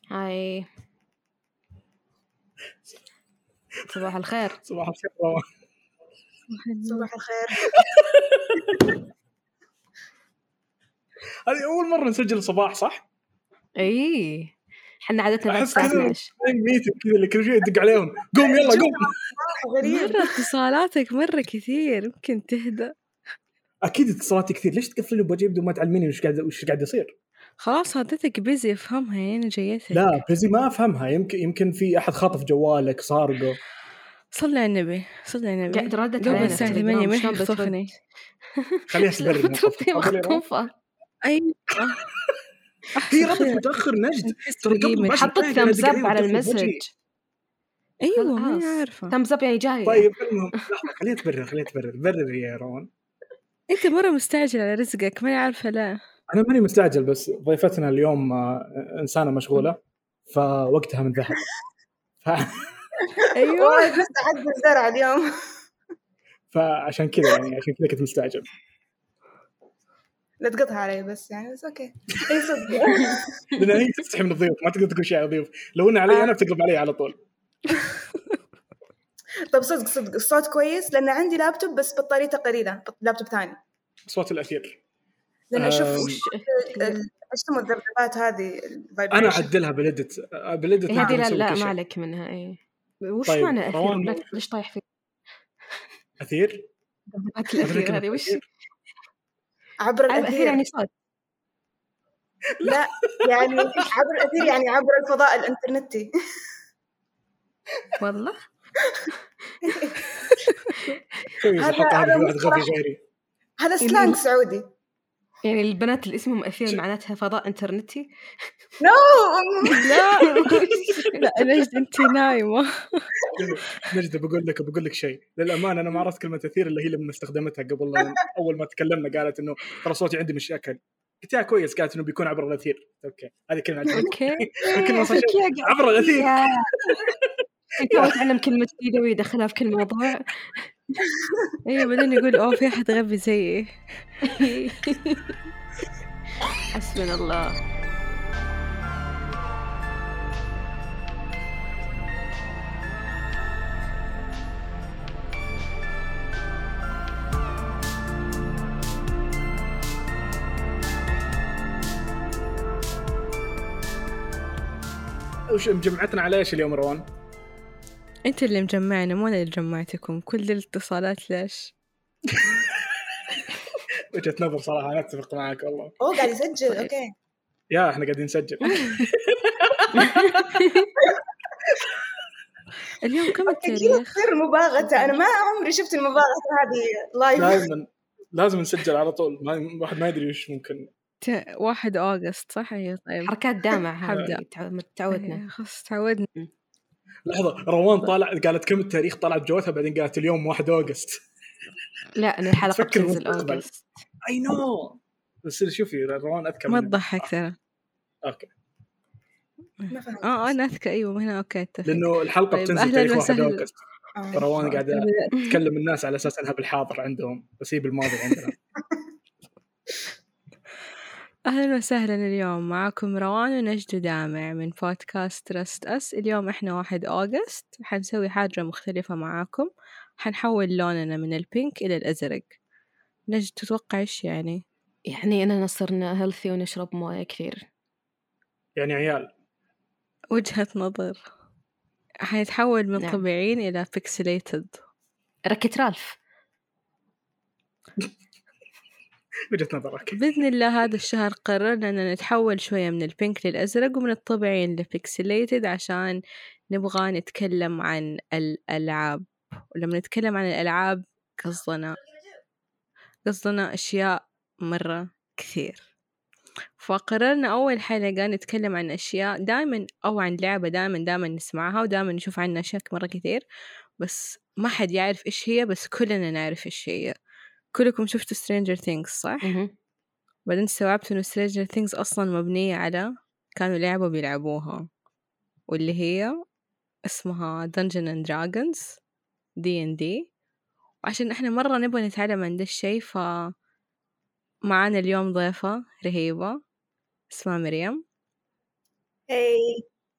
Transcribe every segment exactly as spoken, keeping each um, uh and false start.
هاي صباح الخير. صباح الخير روان. صباح الخير. هذه أول مرة نسجل صباح صح؟ اي احنا عادتنا بعد أحس الساعة كذا اثناشر. ميتم كذا اللي كل شوي يدق عليهم قوم يلا قوم. غريب. مرة اتصالاتك مرة كثير، ممكن تهدأ. أكيد اتصالاتي كثير، ليش تقفلني وبجيب بدون ما تعلميني وش قاعد وش قاعد يصير؟ خلاص هدتك بيزي، افهمها يعني أنا جيتك. لا بيزي ما أفهمها، يمكن يمكن في أحد خاطف جوالك سارقه. صلي على النبي صلي على النبي. قاعد ردت دوب علينا الساعة في ثمانية التليجرام، ما شلون يخطفني. خليها شلون تبرر بتردي مخطوفة؟ أيوة هي ردت متأخر نجد، ترى قبل ما حطت ثامز اب على المسج. أيوة ما خلاص. عارفة. ثامز اب يعني جاية. طيب المهم لحظة خليها تبرر خليها تبرر برر يا روان. أنت مرة مستعجل على رزقك، ماني عارفة لا. أنا ماني مستعجل، بس ضيفتنا اليوم آه، إنسانة مشغولة فوقتها من ذهب. ف... أيوة والله بس عد الزرع اليوم. فعشان كذا يعني عشان كذا كنت مستعجل. لا تقطع علي بس يعني بس اوكي. اي صدق. لأن هي تستحي من الضيوف، ما تقدر تقول شيء على الضيوف. لو إنه علي أنا بتقلب علي على طول. طب صدق صدق الصوت كويس لأن عندي لابتوب بس بطاريته قليلة، لابتوب ثاني. صوت الأثير. لأن أشوف أم، وش ايش تسمى الذبذبات هذه. أنا أعدلها بالإدت بالإدت. هذه لا لا ما عليك منها. إيه وش طيب، معنى أثير؟ روان لا ليش طايح فيه أثير؟ ذبذبات الأثير هذه وش؟ عبر الأثير الأثير يعني صوت. لا يعني عبر الأثير يعني عبر الفضاء الإنترنتي. والله كويس هذا- أحط هذا هذا في واحد غبي مصطلح. غيري. هذا سلانج سعودي. يعني البنات اللي اسمهم أثير معناتها فضاء إنترنتي. نو لا لا نجد أنت نايمة. نجد بقول لك بقول لك شيء للأمانة، أنا ما عرفت كلمة أثير إلا هي لما استخدمتها قبل. أول ما تكلمنا قالت إنه ترى صوتي عندي مشاكل. قلت يا كويس، قالت إنه بيكون عبر الأثير. أوكي هذه كلمة أوكي كلمة صح عبر الأثير. يتوقع تعلم كلمة جديدة ويدخلها في كل موضوع. أيوة بعدين يقول أوه في أحد غبي زيي. حسبنا الله. وش مجمعتنا على إيش اليوم روان؟ أنت اللي مجمعنا مو أنا اللي جمعتكم. كل الاتصالات ليش؟ وجهة نظر صراحة، أنا أتفق معك والله. أوه قاعد يسجل. أوكي يا إحنا قاعدين نسجل. اليوم كم كذا التاريخ؟ تصير مباغتة. أنا ما عمري شفت المباغتة هذه لايف. لازم لازم نسجل على طول، ما واحد ما يدري وش ممكن. ت... واحد أغسطس صح؟ أيوة طيب حركات دامع حبدأ. هذه تعودنا. أيوة، خلاص تعودنا. لحظة روان طالع قالت كم التاريخ، طلعت بجوتها بعدين قالت اليوم واحد أغسطس. لا أنا الحلقة تفكر بتنزل بالمستقبل. أوغست. اي نو بس شوفي روان اذكر ما مني. تضحك ترى. اوكي ما فهمت. اه انا اذكى. ايوه هنا اوكي اتفق. لانه الحلقه طيب، بتنزل أهلاً تاريخ واحد وسهلاً. أغسطس. آه. روان قاعده تكلم الناس على اساس انها بالحاضر عندهم بس هي بالماضي عندنا. اهلا وسهلا. اليوم معكم روان ونجد دامع من بودكاست ترست اس. اليوم احنا واحد أغسطس، حنسوي حاجة مختلفة معاكم. حنحول لوننا من البينك الى الازرق. نجد تتوقع ايش يعني؟ يعني أنا صرنا هيلثي ونشرب موية كثير. يعني عيال وجهة نظر. حنتحول من نعم. طبيعيين الى بيكسليتد. ركت رالف. وجهة نظرك. بإذن الله هذا الشهر قررنا أن نتحول شوية من البينك للأزرق ومن الطبيعيين للبيكسليتد عشان نبغى نتكلم عن الألعاب. ولما نتكلم عن الألعاب قصدنا قصدنا أشياء مرة كثير. فقررنا أول حلقة نتكلم عن أشياء دائما أو عن لعبة دائما دائما نسمعها ودائما نشوف عنها أشياء مرة كثير بس ما حد يعرف إيش هي، بس كلنا نعرف إيش هي. كلكم شفتوا Stranger Things صح؟ مه. بعدين استوعبت إنه Stranger Things أصلاً مبنية على كانوا لعبة بيلعبوها واللي هي اسمها Dungeons and Dragons دي إن دي. وعشان إحنا مرة نبغى نتعلم عن ده الشيء فمعانا اليوم ضيفة رهيبة اسمها مريم. هاي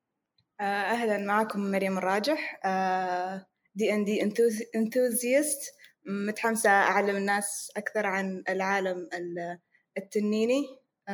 أهلا، معكم مريم الراجح، دي ان دي انثوزيست، متحمسة أعلم الناس أكثر عن العالم التنيني.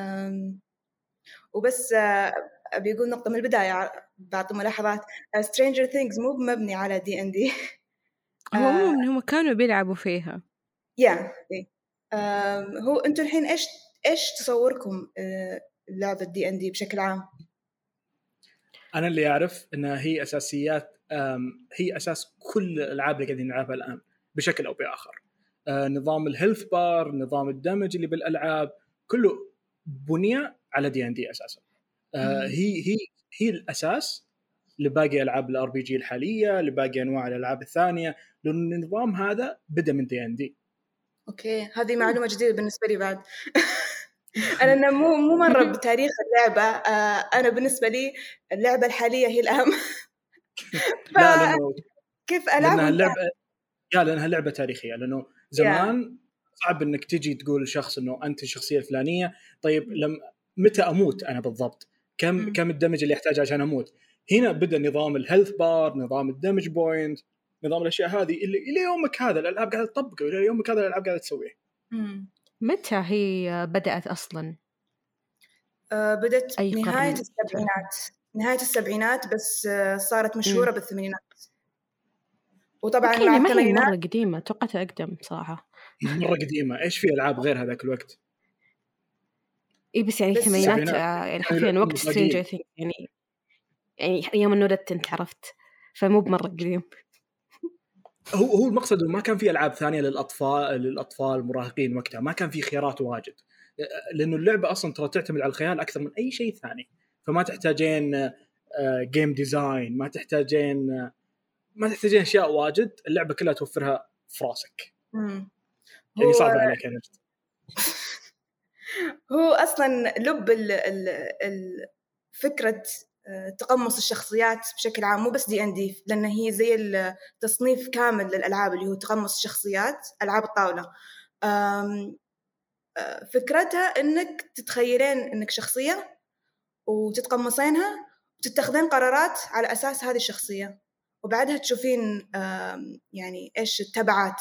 وبس أبي أقول نقطة من البداية، بعطي ملاحظات. Stranger Things مو مبني على دي ان دي. هو هم كانوا بيلعبوا فيها. يا هو أنتوا الحين إيش إيش تصوركم لعبة دي ان دي بشكل عام؟ أنا اللي أعرف أنها هي أساسيات، هي أساس كل الألعاب اللي قاعدين نلعبها الآن بشكل أو بآخر. نظام الهيلث بار، نظام الدمج اللي بالألعاب، كله بني على دي ان دي أساسا. هي هي هي الأساس لباقي ألعاب الار بي جي الحالية، لباقي أنواع الألعاب الثانية، لأن النظام هذا بدأ من دي ان دي. أوكي، هذه معلومة جديدة بالنسبة لي بعد. أنا مو مو مرة بتاريخ اللعبة. أنا بالنسبة لي اللعبة الحالية هي الأهم. ف... لا لأنه كيف ألعبها؟ اللعبة يا لأنها لعبة تاريخية، لأنه زمان yeah. صعب إنك تجي تقول لشخص إنه أنت الشخصية الفلانية. طيب لم متى أموت أنا بالضبط؟ كم mm. كم الدمج اللي يحتاج عشان أموت؟ هنا بدأ نظام الهيلث بار، نظام الدمج بوينت، نظام الأشياء هذه اللي إلى يومك هذا الألعاب قاعدة تطبقه، إلى يومك هذا الألعاب قاعدة تسويه. mm. متى هي بدأت أصلاً؟ آه بدأت نهاية السبعينات، نهاية السبعينات، بس صارت مشهورة mm. بالثمانينات. وطبعاً مع الثمانينات مرة قديمة، توقعتها أقدم صراحة. مرة قديمة. إيش في ألعاب غير هذاك الوقت؟ إيه بس يعني الثمانينات يعني حرفياً وقت سترينجر ثينجز، يعني يعني يوم النودت أنت عرفت، فمو بمرة قديم. هو هو المقصد ما كان في ألعاب ثانية للأطفال للأطفال المراهقين وقتها، ما كان في خيارات واجد، لأنه اللعبة أصلاً ترى تعتمد على الخيال أكثر من أي شيء ثاني. فما تحتاجين جيم ديزاين، ما تحتاجين ما تحتاجين أشياء واجد، اللعبة كلها توفرها في راسك. مم. يعني صعب عليك يا نجد. هو أصلاً لب ال ال ال فكرة تقمص الشخصيات بشكل عام، مو بس دي ان دي، لأن هي زي التصنيف كامل للألعاب اللي هو تقمص الشخصيات. ألعاب الطاولة فكرتها إنك تتخيلين إنك شخصية وتتقمصينها وتتخذين قرارات على أساس هذه الشخصية، وبعدها تشوفين يعني إيش التبعات.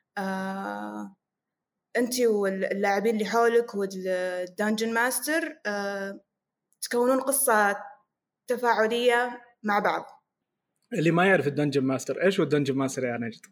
أنتي واللاعبين اللي حولك والدنجن ماستر تكونون قصة تفاعلية مع بعض. اللي ما يعرف الدنجن ماستر، إيش هو الدنجن ماستر يا نجد؟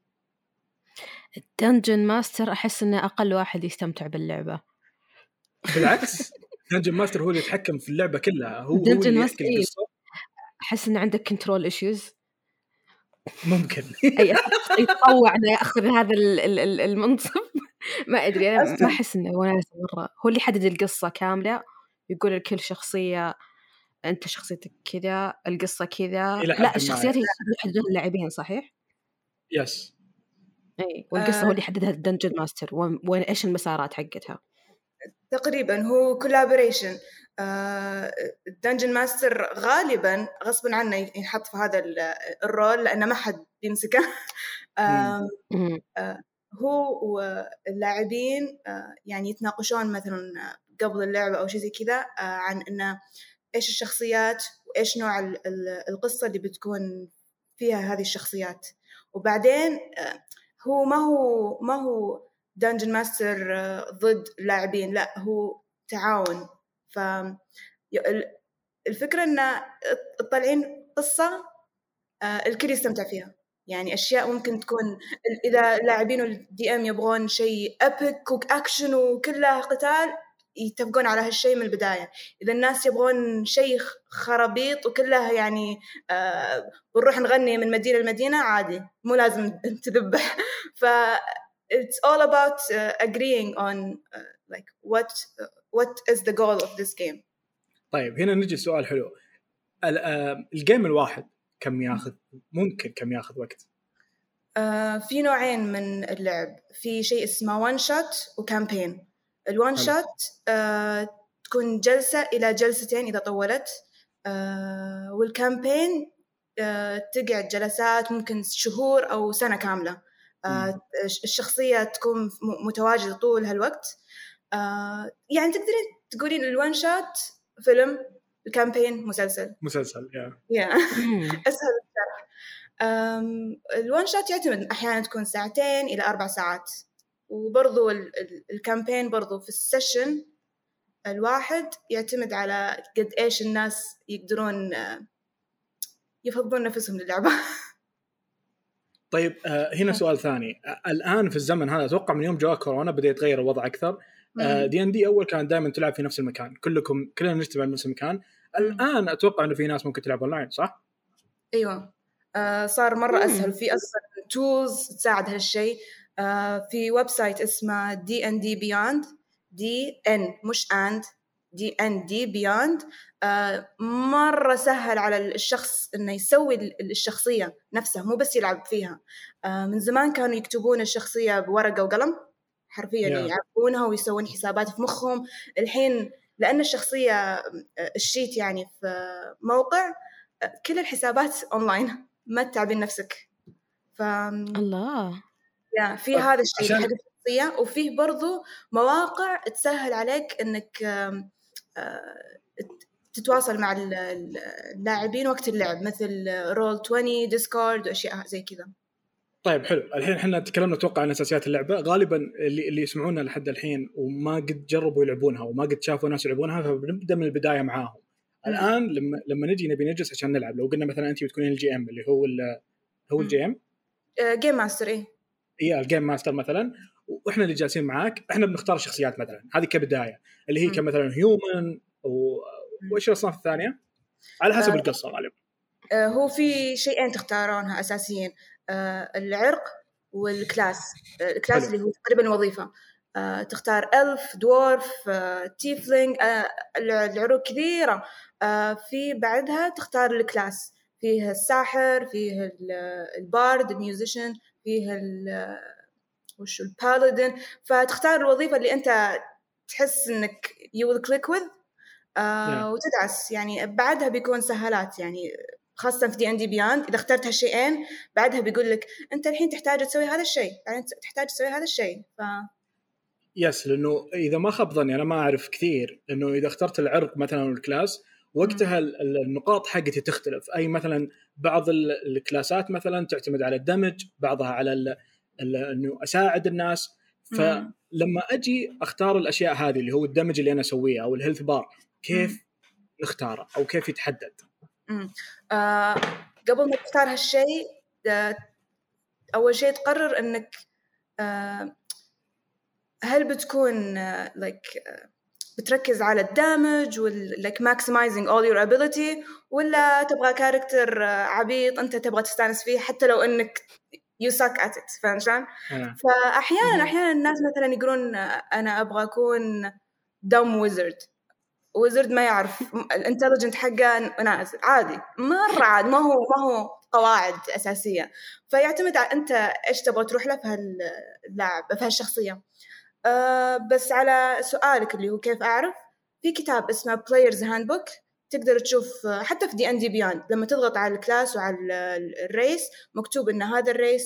الدنجن ماستر أحس إنه أقل واحد يستمتع باللعبة. بالعكس، الدنجن ماستر هو اللي يتحكم في اللعبة كلها، هو هو اللي يحكي القصة. أحس إن عندك كنترول إيشوز. ممكن أي يتطوع إنه يأخذ هذا المنصب. ما أدري، أنا ما أحس إنه وناسة مرة. هو اللي يحدد القصة كاملة، يقول لكل شخصية أنت شخصيتك كذا، القصة كذا. لا، الشخصيات هي يحددون اللاعبين، صحيح؟ يس. أي، والقصة آه. هو اللي يحددها الدنجن ماستر، وإيش المسارات حقتها. تقريبا هو كولابوريشن. الدنجن ماستر غالبا غصبا عنه ينحط في هذا الرول لأنه ما حد يمسكه. آه هو واللاعبين يعني يتناقشون مثلا قبل اللعبة أو شيء زي كذا عن إنه إيش الشخصيات وإيش نوع القصة اللي بتكون فيها هذه الشخصيات. وبعدين هو ما هو ما هو دنجن ماستر ضد اللاعبين، لا هو تعاون. فالفكرة إن طالعين قصة الكل يستمتع فيها، يعني أشياء ممكن تكون إذا اللاعبين والدي أم يبغون شيء أبيك وأكشن وكله قتال يتفقون على هالشيء من البداية. إذا الناس يبغون شيء خرابيط وكلها يعني آه بنروح نغني من مدينة لمدينة عادي، مو لازم تذبح. ف it's all about uh, agreeing on uh, like what uh, what is the goal of this game. طيب هنا نجي سؤال حلو. الجيم الواحد كم ياخذ؟ ممكن كم ياخذ وقت؟ آه في نوعين من اللعب، في شيء اسمه وان شوت وكامبين. الوان شوت آه تكون جلسة إلى جلستين إذا طولت، آه والكامبين آه تقعد جلسات ممكن شهور أو سنة كاملة. آه الشخصية تكون متواجدة طول هالوقت. آه يعني تقدرين تقولين الوان شوت فيلم، الكامبين مسلسل مسلسل يا يا أسهل الشرح. الون شوت يعتمد أحيانا تكون ساعتين إلى أربع ساعات، وبرضو الكامبين برضو في السيشن الواحد يعتمد على قد إيش الناس يقدرون يفضلون نفسهم للعبة. طيب هنا سؤال ثاني، الآن في الزمن هذا أتوقع من يوم جاء كورونا بدأ يتغير الوضع أكثر. دي ان دي أول كان دائما تلعب في نفس المكان، كلكم كلنا نجتمع في نفس المكان. الآن أتوقع إنه في ناس ممكن تلعب أونلاين صح؟ أيوة آه صار مرة أسهل، في أصلا تولز تساعد هالشيء. آه في ويب سايت اسمه دي ان دي بيوند، دي ان مش اند دي ان دي بيوند. آه مرة سهل على الشخص إنه يسوي الشخصية نفسها، مو بس يلعب فيها. آه من زمان كانوا يكتبون الشخصية بورقة وقلم حرفيا yeah. يعرفونها ويسوون حسابات في مخهم. الحين لأن الشخصية الشيت يعني في موقع، كل الحسابات أونلاين، ما تتعبين نفسك. ف الله يا في هذا الشيء حق الشخصية. وفيه برضو مواقع تسهل عليك إنك تتواصل مع اللاعبين وقت اللعب، مثل رول عشرين ديسكورد وأشياء زي كذا. طيب حلو، الحين احنا تكلمنا اتوقع عن اساسيات اللعبه. غالبا اللي اللي يسمعونا لحد الحين وما قد جربوا يلعبونها وما قد شافوا ناس يلعبونها، فبنبدا من البدايه معاهم. الان لما لما نجي نبي نجلس عشان نلعب، لو قلنا مثلا انت بتكونين الجي ام اللي هو هو الجي ام جيم ماستر، ايه ايه الجيم ماستر مثلا، واحنا اللي جالسين معاك احنا بنختار شخصيات مثلا، هذه كبدايه اللي هي كمثلا هيومن وايش الاصناف الثانيه على حسب القصه غالبا. هو في شيئين تختارونها اساسيين، العرق والكلاس. الكلاس اللي هو تقريبا وظيفه. تختار ألف، دورف، تيفلينج، العروق كثيره. في بعدها تختار الكلاس، فيه الساحر، فيه البارد، الميوزيشن، فيه وش البالادين. فتختار الوظيفه اللي انت تحس انك you will click with آه yeah. وتدعس. يعني بعدها بيكون سهلات، يعني خاصة في دي ان دي بياند إذا اخترت هالشيئين بعدها بيقول لك أنت الحين تحتاج تسوي هذا الشيء، يعني تحتاج تسوي هذا الشيء. ف يس لأنه إذا ما خاب ظني أنا ما أعرف كثير، إنه إذا اخترت العرق مثلا والكلاس وقتها م. النقاط حقتي تختلف. أي مثلا بعض الكلاسات مثلا تعتمد على الدمج، بعضها على ال ال إنه أساعد الناس. فلما أجي أختار الأشياء هذه اللي هو الدمج اللي أنا أسويه أو الهيلث بار، كيف م. نختاره أو كيف يتحدد؟ آه قبل ما تختار هالشيء، آه أول شيء تقرر إنك آه هل بتكون آه like آه بتركز على الدامج وال like maximizing all your ability، ولا تبغى كاركتر آه عبيط أنت تبغى تستانس فيه حتى لو إنك you suck at it. فاهم شلون؟ فأحيانا أحيانا الناس مثلا يقولون آه أنا أبغى أكون dumb wizard. ويزرد ما يعرف الانتليجنت حقه نازل عادي مرة عادي، ما هو ما هو قواعد أساسية. فيعتمد على أنت إيش تبغى تروح له في هاللاعب في هالشخصية. أه بس على سؤالك اللي هو كيف أعرف، في كتاب اسمه Player's Handbook تقدر تشوف حتى في دي ان دي بياند. لما تضغط على الكلاس وعلى الريس مكتوب إن هذا الريس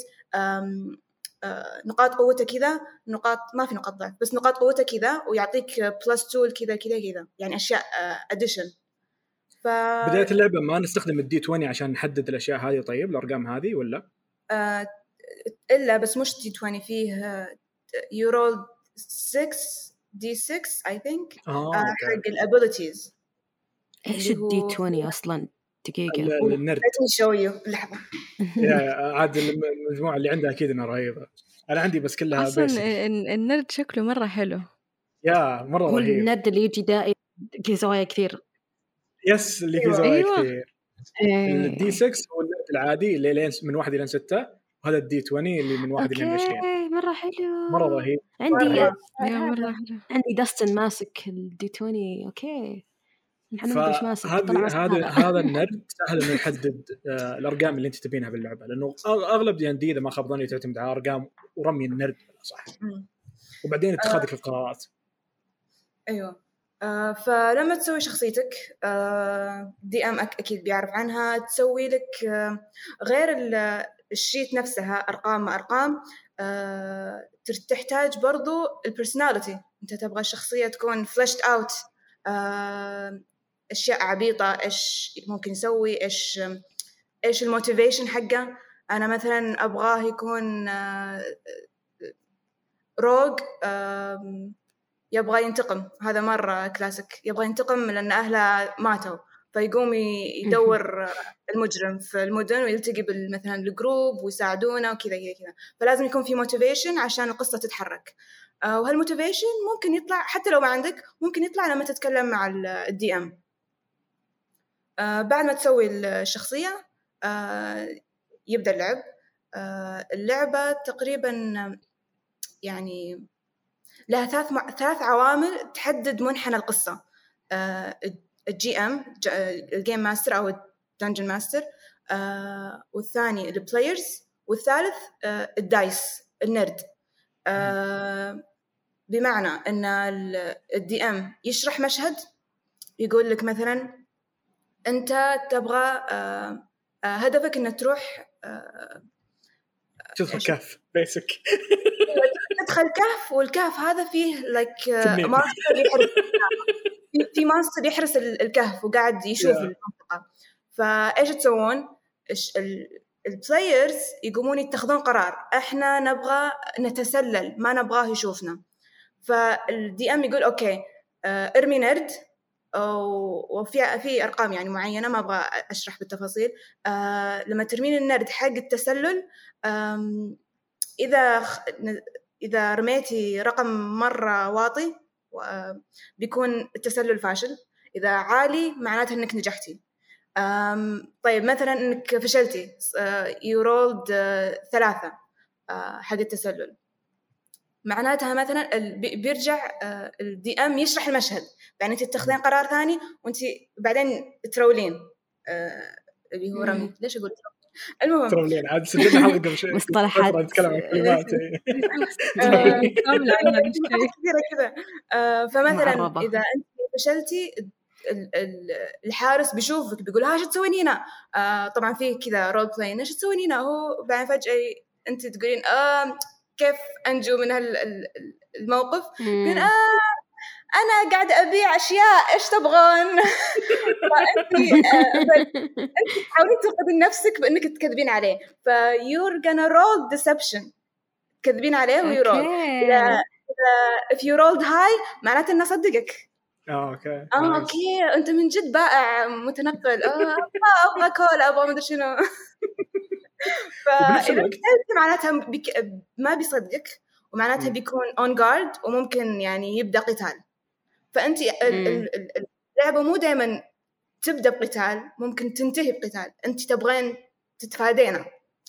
آه نقاط قوته كذا، نقاط ما في نقاط ضعف بس نقاط قوته كذا، ويعطيك بلس تول كذا كذا كذا، يعني أشياء أديشن. ف... بداية اللعبة ما نستخدم الدي عشرين عشان نحدد الأشياء هذه؟ طيب الأرقام هذه ولا؟ آه إلا بس مش دي عشرين، فيه يورول ستة دي ستة I think آه آه حق الابيليتيز. إيش الدي عشرين أصلاً؟ دقيقة النرد. let me show you لحظة. يا عاد المجموعة اللي عندها أكيد إنها رهيبة. أنا عندي بس كلها أصلاً النرد شكله مرة حلو. يا مرة هو رهيب. النرد اللي يجي دائما في زوايا كثير. يس اللي في زوايا أيوة. كثير. الدي ستة هو النرد العادي اللي لين من واحد إلى ستة، وهذا الدي عشرين اللي من واحد إلى عشرين. مرة حلو. مرة رهيب. عندي مرة. يا مرة حلو. عندي داستن ماسك الدي عشرين. أوكي. فهذا هذا هذا النرد سهل انه يحدد آه الارقام اللي انت تبينها باللعبه، لانه اغلب دي ان دي اذا ما خاب ظني تعتمد على ارقام ورمي النرد صح، وبعدين اتخاذك آه. القرارات. ايوه آه فلما تسوي شخصيتك آه دي ام اكيد بيعرف عنها، تسوي لك آه غير الشيت نفسها ارقام ما ارقام، آه تحتاج برضو البرسوناليتي. انت تبغى الشخصيه تكون فلشت اوت، آه أشياء عبيطة إيش ممكن يسوي، إيش إيش الموتيفيشن حقه. أنا مثلا أبغاه يكون روج، يبغى ينتقم، هذا مرة كلاسيك، يبغى ينتقم لأن أهله ماتوا، فيقوم يدور المجرم في المدن ويلتقي مثلا الجروب ويساعدونه وكذا كذا كذا. فلازم يكون في موتيفيشن عشان القصة تتحرك. آه وهالموتيفيشن ممكن يطلع حتى لو ما عندك، ممكن يطلع لما تتكلم مع الدي ام. آه بعد ما تسوي الشخصية آه يبدأ اللعب. آه اللعبة تقريبا يعني لها ثلاث مع... ثلاث عوامل تحدد منحنى القصة. آه الجي ام الجيم ماستر أو الدنجن ماستر، آه والثاني البلايرز، والثالث آه الدايس النرد. آه بمعنى أن الدي ام يشرح مشهد، يقول لك مثلا أنت تبغى آه آه هدفك أن تروح آه تدخل كهف بيسك تدخل كهف، والكهف هذا فيه لك ماستر يحرس في ماستر يحرس الكهف وقاعد يشوف yeah. المنطقة. فإيش تسوون؟ البلايرز يقومون يتخذون قرار، إحنا نبغى نتسلل ما نبغاه يشوفنا. فالدي ام يقول أوكي ارمي نرد، وفي في أرقام يعني معينة ما أبغى أشرح بالتفاصيل. لما ترمين النرد حق التسلل، إذا إذا رميتي رقم مرة واطي بيكون التسلل فاشل، إذا عالي معناته إنك نجحتي. طيب مثلا إنك فشلتي، you rolled ثلاثة حق التسلل، معناتها مثلا بيرجع الدي ام يشرح المشهد، يعني أنت تتخذين قرار ثاني وأنت بعدين ترولين اللي هو رمي. ليش أقول المهم ترولين عاد سجلنا حلقة قبل شوي مصطلحات نتكلم عن كلمات كثيرة كذا. فمثلا إذا أنت فشلتي الحارس بيشوفك بيقول ها شو تسوين هنا. طبعا فيه كذا رول بلاين، ايش تسوين هنا؟ هو بعد فجأة أنت تقولين آه كيف أنجو من هالموقف؟ يقولين آه أنا قاعدة أبيع أشياء، إيش تبغون؟ فأنت أنت تحاولين تنقذين نفسك بأنك تكذبين عليه، فيور gonna roll deception، تكذبين عليه ويرول. إذا if you rolled high معناته إنه صدقك. آه أوكي آه أوكي أنت من جد بائع متنقل. آه أبغى كولا أبغى مدري شنو. فإذا معناتها بك... ما بيصدقك، ومعناتها بيكون on guard وممكن يعني يبدأ قتال. فأنت اللعبة مو دائما تبدأ بقتال، ممكن تنتهي بقتال، أنت تبغين تتفادينا.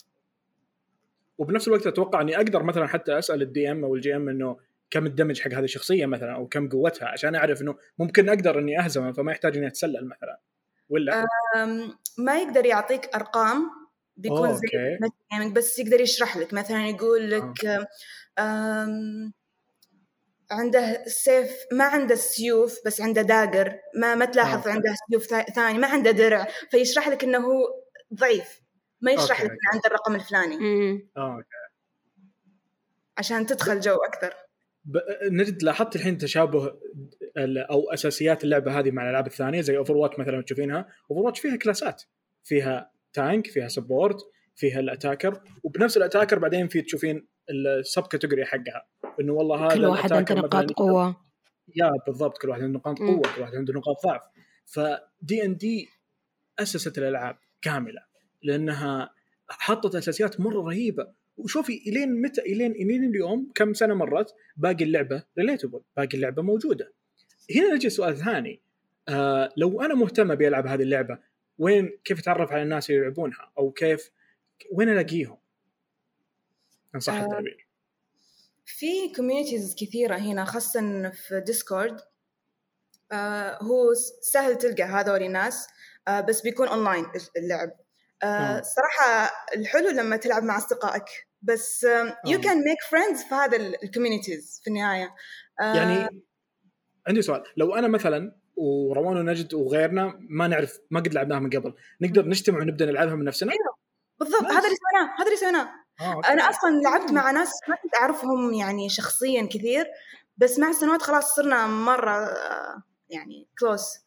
وبنفس الوقت أتوقع أني أقدر مثلا حتى أسأل الدي ام أو الجي ام إنه كم الدمج حق هذه الشخصية مثلا، أو كم قوتها، عشان أعرف إنه ممكن أقدر إني أهزمها، فما يحتاج إني أتسلل مثلا. ولا ما يقدر يعطيك أرقام، بيكون زي مثلا بس يقدر يشرح لك، مثلا يقول لك آه. عنده سيف، ما عنده سيوف بس عنده داقر، ما ما تلاحظ آه. عنده سيوف ثاني، ما عنده درع، فيشرح لك إنه هو ضعيف، ما يشرح لك عنده الرقم الفلاني. آه. عشان تدخل جو أكثر. نجد لاحظت الحين تشابه أو أساسيات اللعبة هذه مع الألعاب الثانية زي أوفرواتش مثلا تشوفينها. أوفرواتش فيها كلاسات، فيها تانك، فيها سبورت، فيها الأتاكر، وبنفس الأتاكر بعدين في تشوفين السب كاتيجوري حقها، إنه والله هذا كل واحد عنده نقاط قوة. يا بالضبط، كل واحد عنده نقاط قوة، كل واحد عنده نقاط ضعف. فدي ان دي أسست الألعاب كاملة لأنها حطت أساسيات مرة رهيبة. وشوفي إلين متى، إلين إلين اليوم كم سنة مرت باقي اللعبة ريليتابل، باقي اللعبة موجودة. هنا نجي سؤال ثاني، آه لو أنا مهتمة بألعب هذه اللعبة، وين كيف أتعرف على الناس اللي يلعبونها، أو كيف وين ألاقيهم؟ أنصح آه التعبير. في كوميونيتيز كثيرة هنا، خاصة في ديسكورد. آه هو سهل تلقى هذول الناس، آه بس بيكون أونلاين اللعب. آه صراحة الحلو لما تلعب مع أصدقائك، بس آه you can make friends في هذا الكوميونيتيز في النهاية. آه يعني عندي سؤال، لو أنا مثلا وروان ونجد وغيرنا ما نعرف، ما قد لعبناها من قبل، نقدر نجتمع ونبدأ نلعبها من نفسنا؟ أيوة بالضبط، هذا اللي سويناه هذا اللي سويناه آه، أنا أصلا لعبت مع ناس ما كنت أعرفهم يعني شخصيا كثير، بس مع السنوات خلاص صرنا مرة يعني close.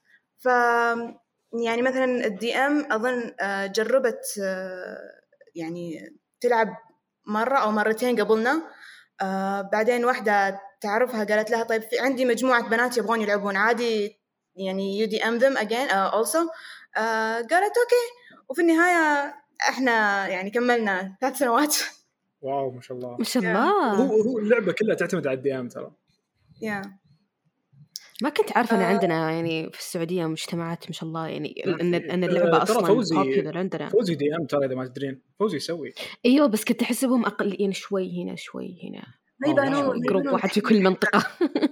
ف يعني مثلا الدي ام اظن جربت يعني تلعب مره او مرتين قبلنا. بعدين واحده تعرفها قالت لها طيب في عندي مجموعه بنات يبغون يلعبون عادي يعني يو دي ام them again uh, also uh, قالت اوكي. وفي النهايه احنا يعني كملنا ثلاث سنوات. واو ما شاء الله ما شاء الله. هو هو اللعبه كلها تعتمد على الدي ام ترى. يا ما كنت عارفة أن آه. عندنا يعني في السعودية مجتمعات ما شاء الله يعني ما أن في. أن اللعبة ترى أصلا فوزي popular عندنا. فوزي دي ام ترى اذا ما تدرين فوزي يسوي أيوة بس كنت أحسبهم أقليين شوي هنا شوي هنا ما يبانون جروب واحد في كل منطقة.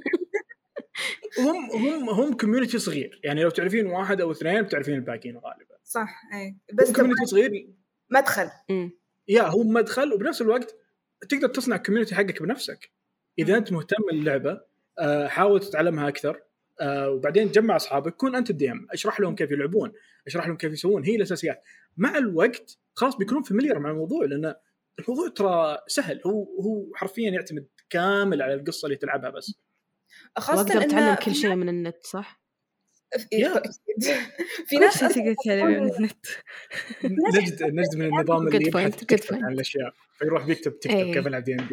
هم هم هم كوميونتي صغير يعني لو تعرفين واحد او اثنين بتعرفين الباقيين غالبا. صح اي بس كوميونتي صغير مدخل. يا هو مدخل وبنفس الوقت تقدر تصنع كوميونتي حقك بنفسك. اذا انت مهتم باللعبه حاول تتعلمها اكثر وبعدين تجمع اصحابك كون انت الدي ام اشرح لهم كيف يلعبون اشرح لهم كيف يسوون هي الاساسيات. مع الوقت خلاص بيكونون فاميليار مع الموضوع لان الموضوع ترى سهل. هو هو حرفيا يعتمد كامل على القصه اللي تلعبها بس. خاصة أتعلم كل شيء من النت صح؟ في ناس تقدر تعلم من النت. نجد نجد من النظام اللي يبحث تكتب عن الأشياء فيروح بيكتب تيك توك كيف ألعب دي إن دي.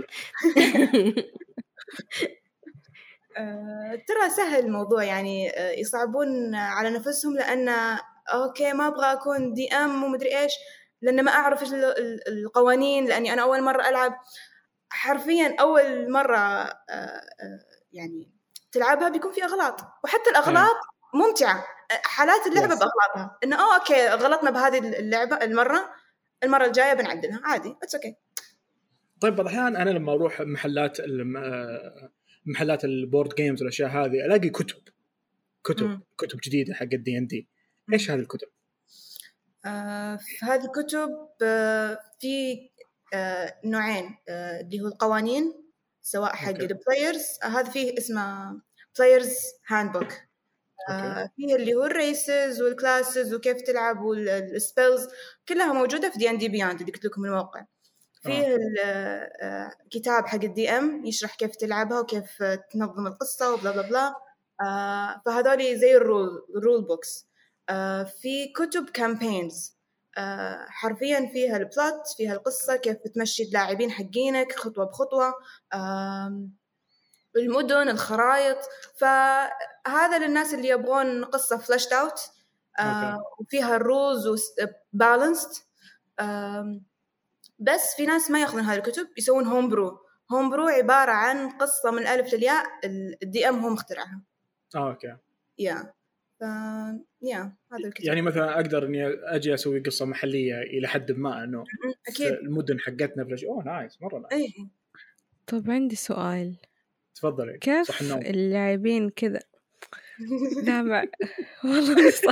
ترى سهل الموضوع يعني يصعبون على نفسهم لأن أوكي ما أبغى أكون دي أم ومدري إيش لأن ما أعرف إيش القوانين لأني أنا أول مرة ألعب. حرفيا أول مرة يعني تلعبها بيكون في أغلاط وحتى الأغلاط ممتعة. حالات اللعبة yes. بأغلاطها إنه أوه أوكي غلطنا بهذه اللعبة المرة المرة الجاية بنعدلها عادي it's okay. طيب بعض الأحيان أنا لما أروح محلات محلات البورد جيمز والأشياء هذه ألاقي كتب كتب م. كتب جديدة حق الدي إن دي. إيش هذه الكتب؟ آه هذه الكتب آه في آه نوعين آه اللي هو القوانين سواء حق البلايرز هذا فيه اسمه بلايرز هاندبوك. آه فيه اللي هو الريسز والكلاسز وكيف تلعب والسبيلز كلها موجودة في دي ان دي بياند اللي قلت لكم الموقع. فيه آه كتاب حق الدي ام يشرح كيف تلعبها وكيف تنظم القصة وبلا بلا بلا. آه فهذولي زي الرول الرول بوكس. آه في كتب كامبينز آه حرفيا فيها البلوت فيها القصة كيف بتمشي اللاعبين حقينك خطوة بخطوة. آه المدن الخرائط فهذا للناس اللي يبغون قصة فلاشت اوت آه وفيها الرولز وبالانسد. آه بس في ناس ما ياخذون هذه الكتب يسوون هوم برو. هوم برو عبارة عن قصة من الألف للياء الدي ام هو مخترعها. اه اوكي يا ف يا هذا الكتاب يعني مثلا اقدر اني اجي اسوي قصة محلية الى حد ما انه اكيد المدن حقتنا فلاش اوه نايس مرة نايس. ايه طب عندي سؤال تفضلي. كيف اللاعبين كذا لا ما والله صح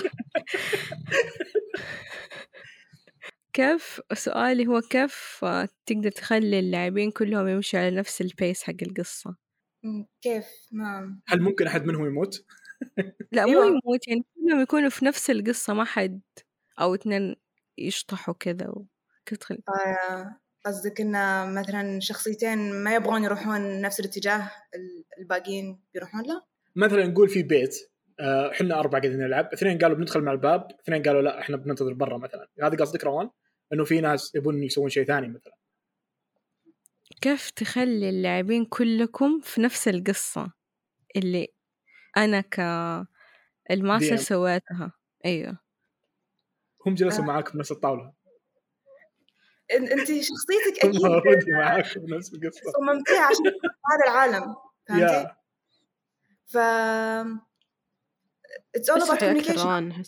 كيف سؤالي هو كيف تقدر تخلي اللاعبين كلهم يمشوا على نفس البيس حق القصة؟ كيف ما هل ممكن أحد منهم يموت؟ لا مو يموت يعني كلهم يكونوا في نفس القصة ما حد أو اثنين يشطحوا كذا وكتخل. آه قصدك إن مثلا شخصيتين ما يبغون يروحون نفس الاتجاه الباقيين بيروحون له؟ مثلا نقول في بيت احنا أربعة قاعدين نلعب اثنين قالوا بندخل مع الباب اثنين قالوا لا احنا بننتظر برا مثلا. هذا قصدك روان انه في ناس يبون يسوون شيء ثاني مثلا. كيف تخلي اللاعبين كلكم في نفس القصة اللي انا كالماستر سويتها؟ ايوه هم جلسوا آه. معاك في نفس الطاولة انت شخصيتك اكيد معاك في نفس القصة صممتيها عشان هذا العالم فهمتي yeah. ف it's all about communication.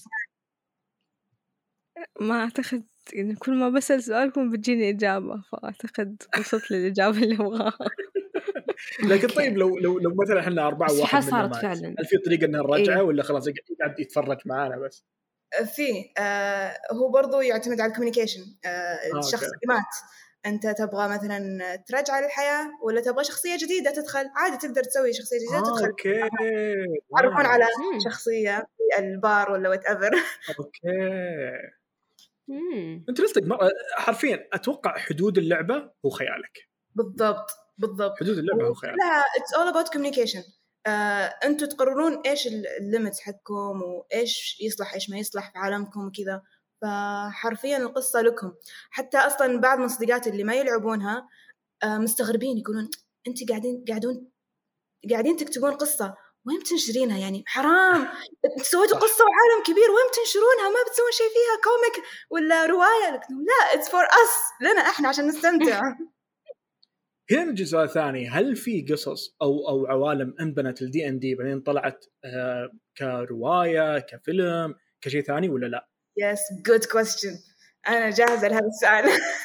ما أعتقد إن كل ما بسأل سؤالكم بتجيني إجابة فأعتقد وصلت للإجابة اللي أبغاها. لكن طيب لو لو لو مثلا إحنا أربعة واحد صارت فعلا هل في طريقة إن نرجعه إيه؟ ولا خلاص يقعد يتفرج معانا بس؟ في آه هو برضو يعتمد على الكوميونيكيشن. آه الشخص اللي مات أنت تبغى مثلا ترجع للحياة ولا تبغى شخصية جديدة تدخل عادي تقدر تسوي شخصية جديدة آه تدخل. أوكي. تعرفون على شخصية في البار ولا whatever. أوكي. أنت رستك مرة حرفيا أتوقع حدود اللعبة هو خيالك. بالضبط بالضبط. حدود اللعبة هو خيالك. لا it's all about communication. آه، أنتوا تقررون إيش الليمتس حقكم وإيش يصلح إيش ما يصلح في عالمكم وكذا. فحرفيا القصة لكم. حتى أصلا بعض من صديقاتي اللي ما يلعبونها آه، مستغربين يقولون أنت قاعدين قاعدون قاعدين تكتبون قصة وين بتنشرينها؟ يعني حرام سويتوا قصة وعالم كبير وين بتنشرونها؟ ما بتسوون شيء فيها كوميك ولا رواية؟ لكن لا it's for us لنا إحنا عشان نستمتع. هنا الجزء الثاني، هل في قصص أو أو عوالم انبنت الدي ان دي بعدين طلعت آه كرواية كفيلم كشيء ثاني ولا لا؟ Yes, good question. أنا جاهزة لهذا السؤال.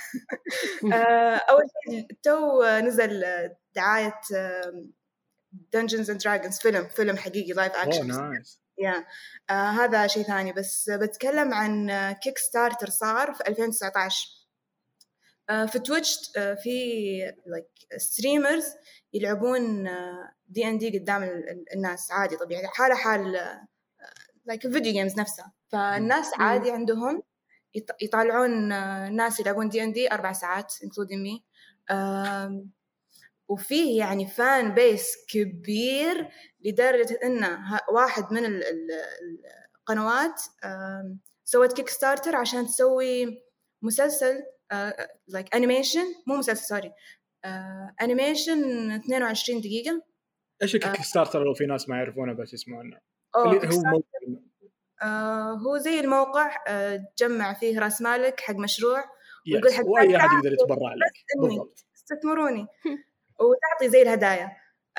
أول شيء تو نزل دعاية Dungeons and Dragons فيلم فيلم حقيقي لايف أكشن. Oh nice. yeah. uh, هذا شيء ثاني. بس بتكلم عن كيك ستارتر صار في ألفين وتسعة عشر uh, في تويتش. uh, في like streamers يلعبون دي ان دي قدام الناس عادي طبيعي حالة حال uh, like فيديو جيمز نفسها. فالناس عادي عندهم يطالعون uh, ناس يلعبون دي ان دي أربع ساعات including me. uh, وفيه يعني فان بيس كبير لدرجة إنه واحد من القنوات سوت كيك ستارتر عشان تسوي مسلسل like animation مو مسلسل سوري animation اثنين وعشرين دقيقة. إيش كيك ستارتر لو في ناس ما يعرفونه بس يسمعونه؟ اللي هو موقع آه هو زي الموقع آه جمع فيه رأس مالك حق مشروع ويقول حق وأي أحد يقدر يتبرع لك. بالضبط. استثمروني وتعطي زي الهدايا.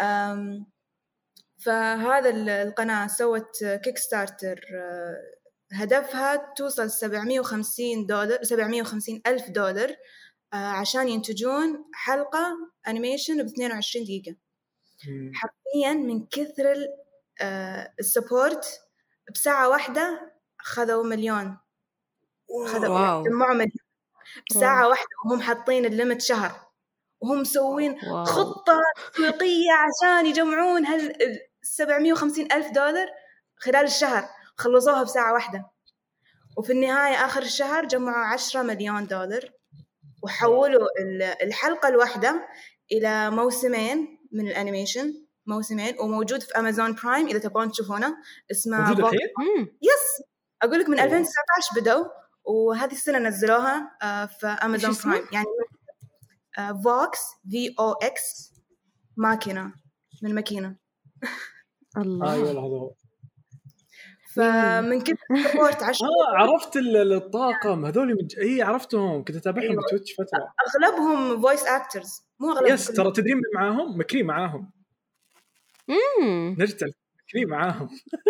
فهذا القناة سوت كيك ستارتر هدفها توصل سبعمية وخمسين دولار سبعمية وخمسين ألف دولار عشان ينتجون حلقة أنيميشن باثنين وعشرين دقيقة. حرفيا من كثر السبورت بساعة واحدة خذوا مليون. خذوا جمعوا مليون بساعة واحدة وهم حاطين الليمت شهر وهم مسوين خطة تسويقية عشان يجمعون هال سبعمية وخمسين ألف دولار خلال الشهر. خلصوها بساعة واحدة وفي النهاية آخر الشهر جمعوا عشرة مليون دولار وحولوا الحلقة الواحدة إلى موسمين من الأنيميشن موسمين وموجود في أمازون برايم إذا تبغون تشوفونه. اسمه يس أقول لك من ألفين وتسعة عشر بدأوا وهذه السنة نزلوها في أمازون برايم. يعني فوكس في او اكس ماكينة من ماكينة. الله. اي والله هذا. فمن كذا سبورت عشان اه عرفت الطاقم هذول من هي عرفتهم كنت اتابعهم أيوة. بتويتش فترة. اغلبهم فويس اكترز مو اغلبهم. يس ترى تدري معاهم مكري معاهم. امم نجتل مكري معاهم.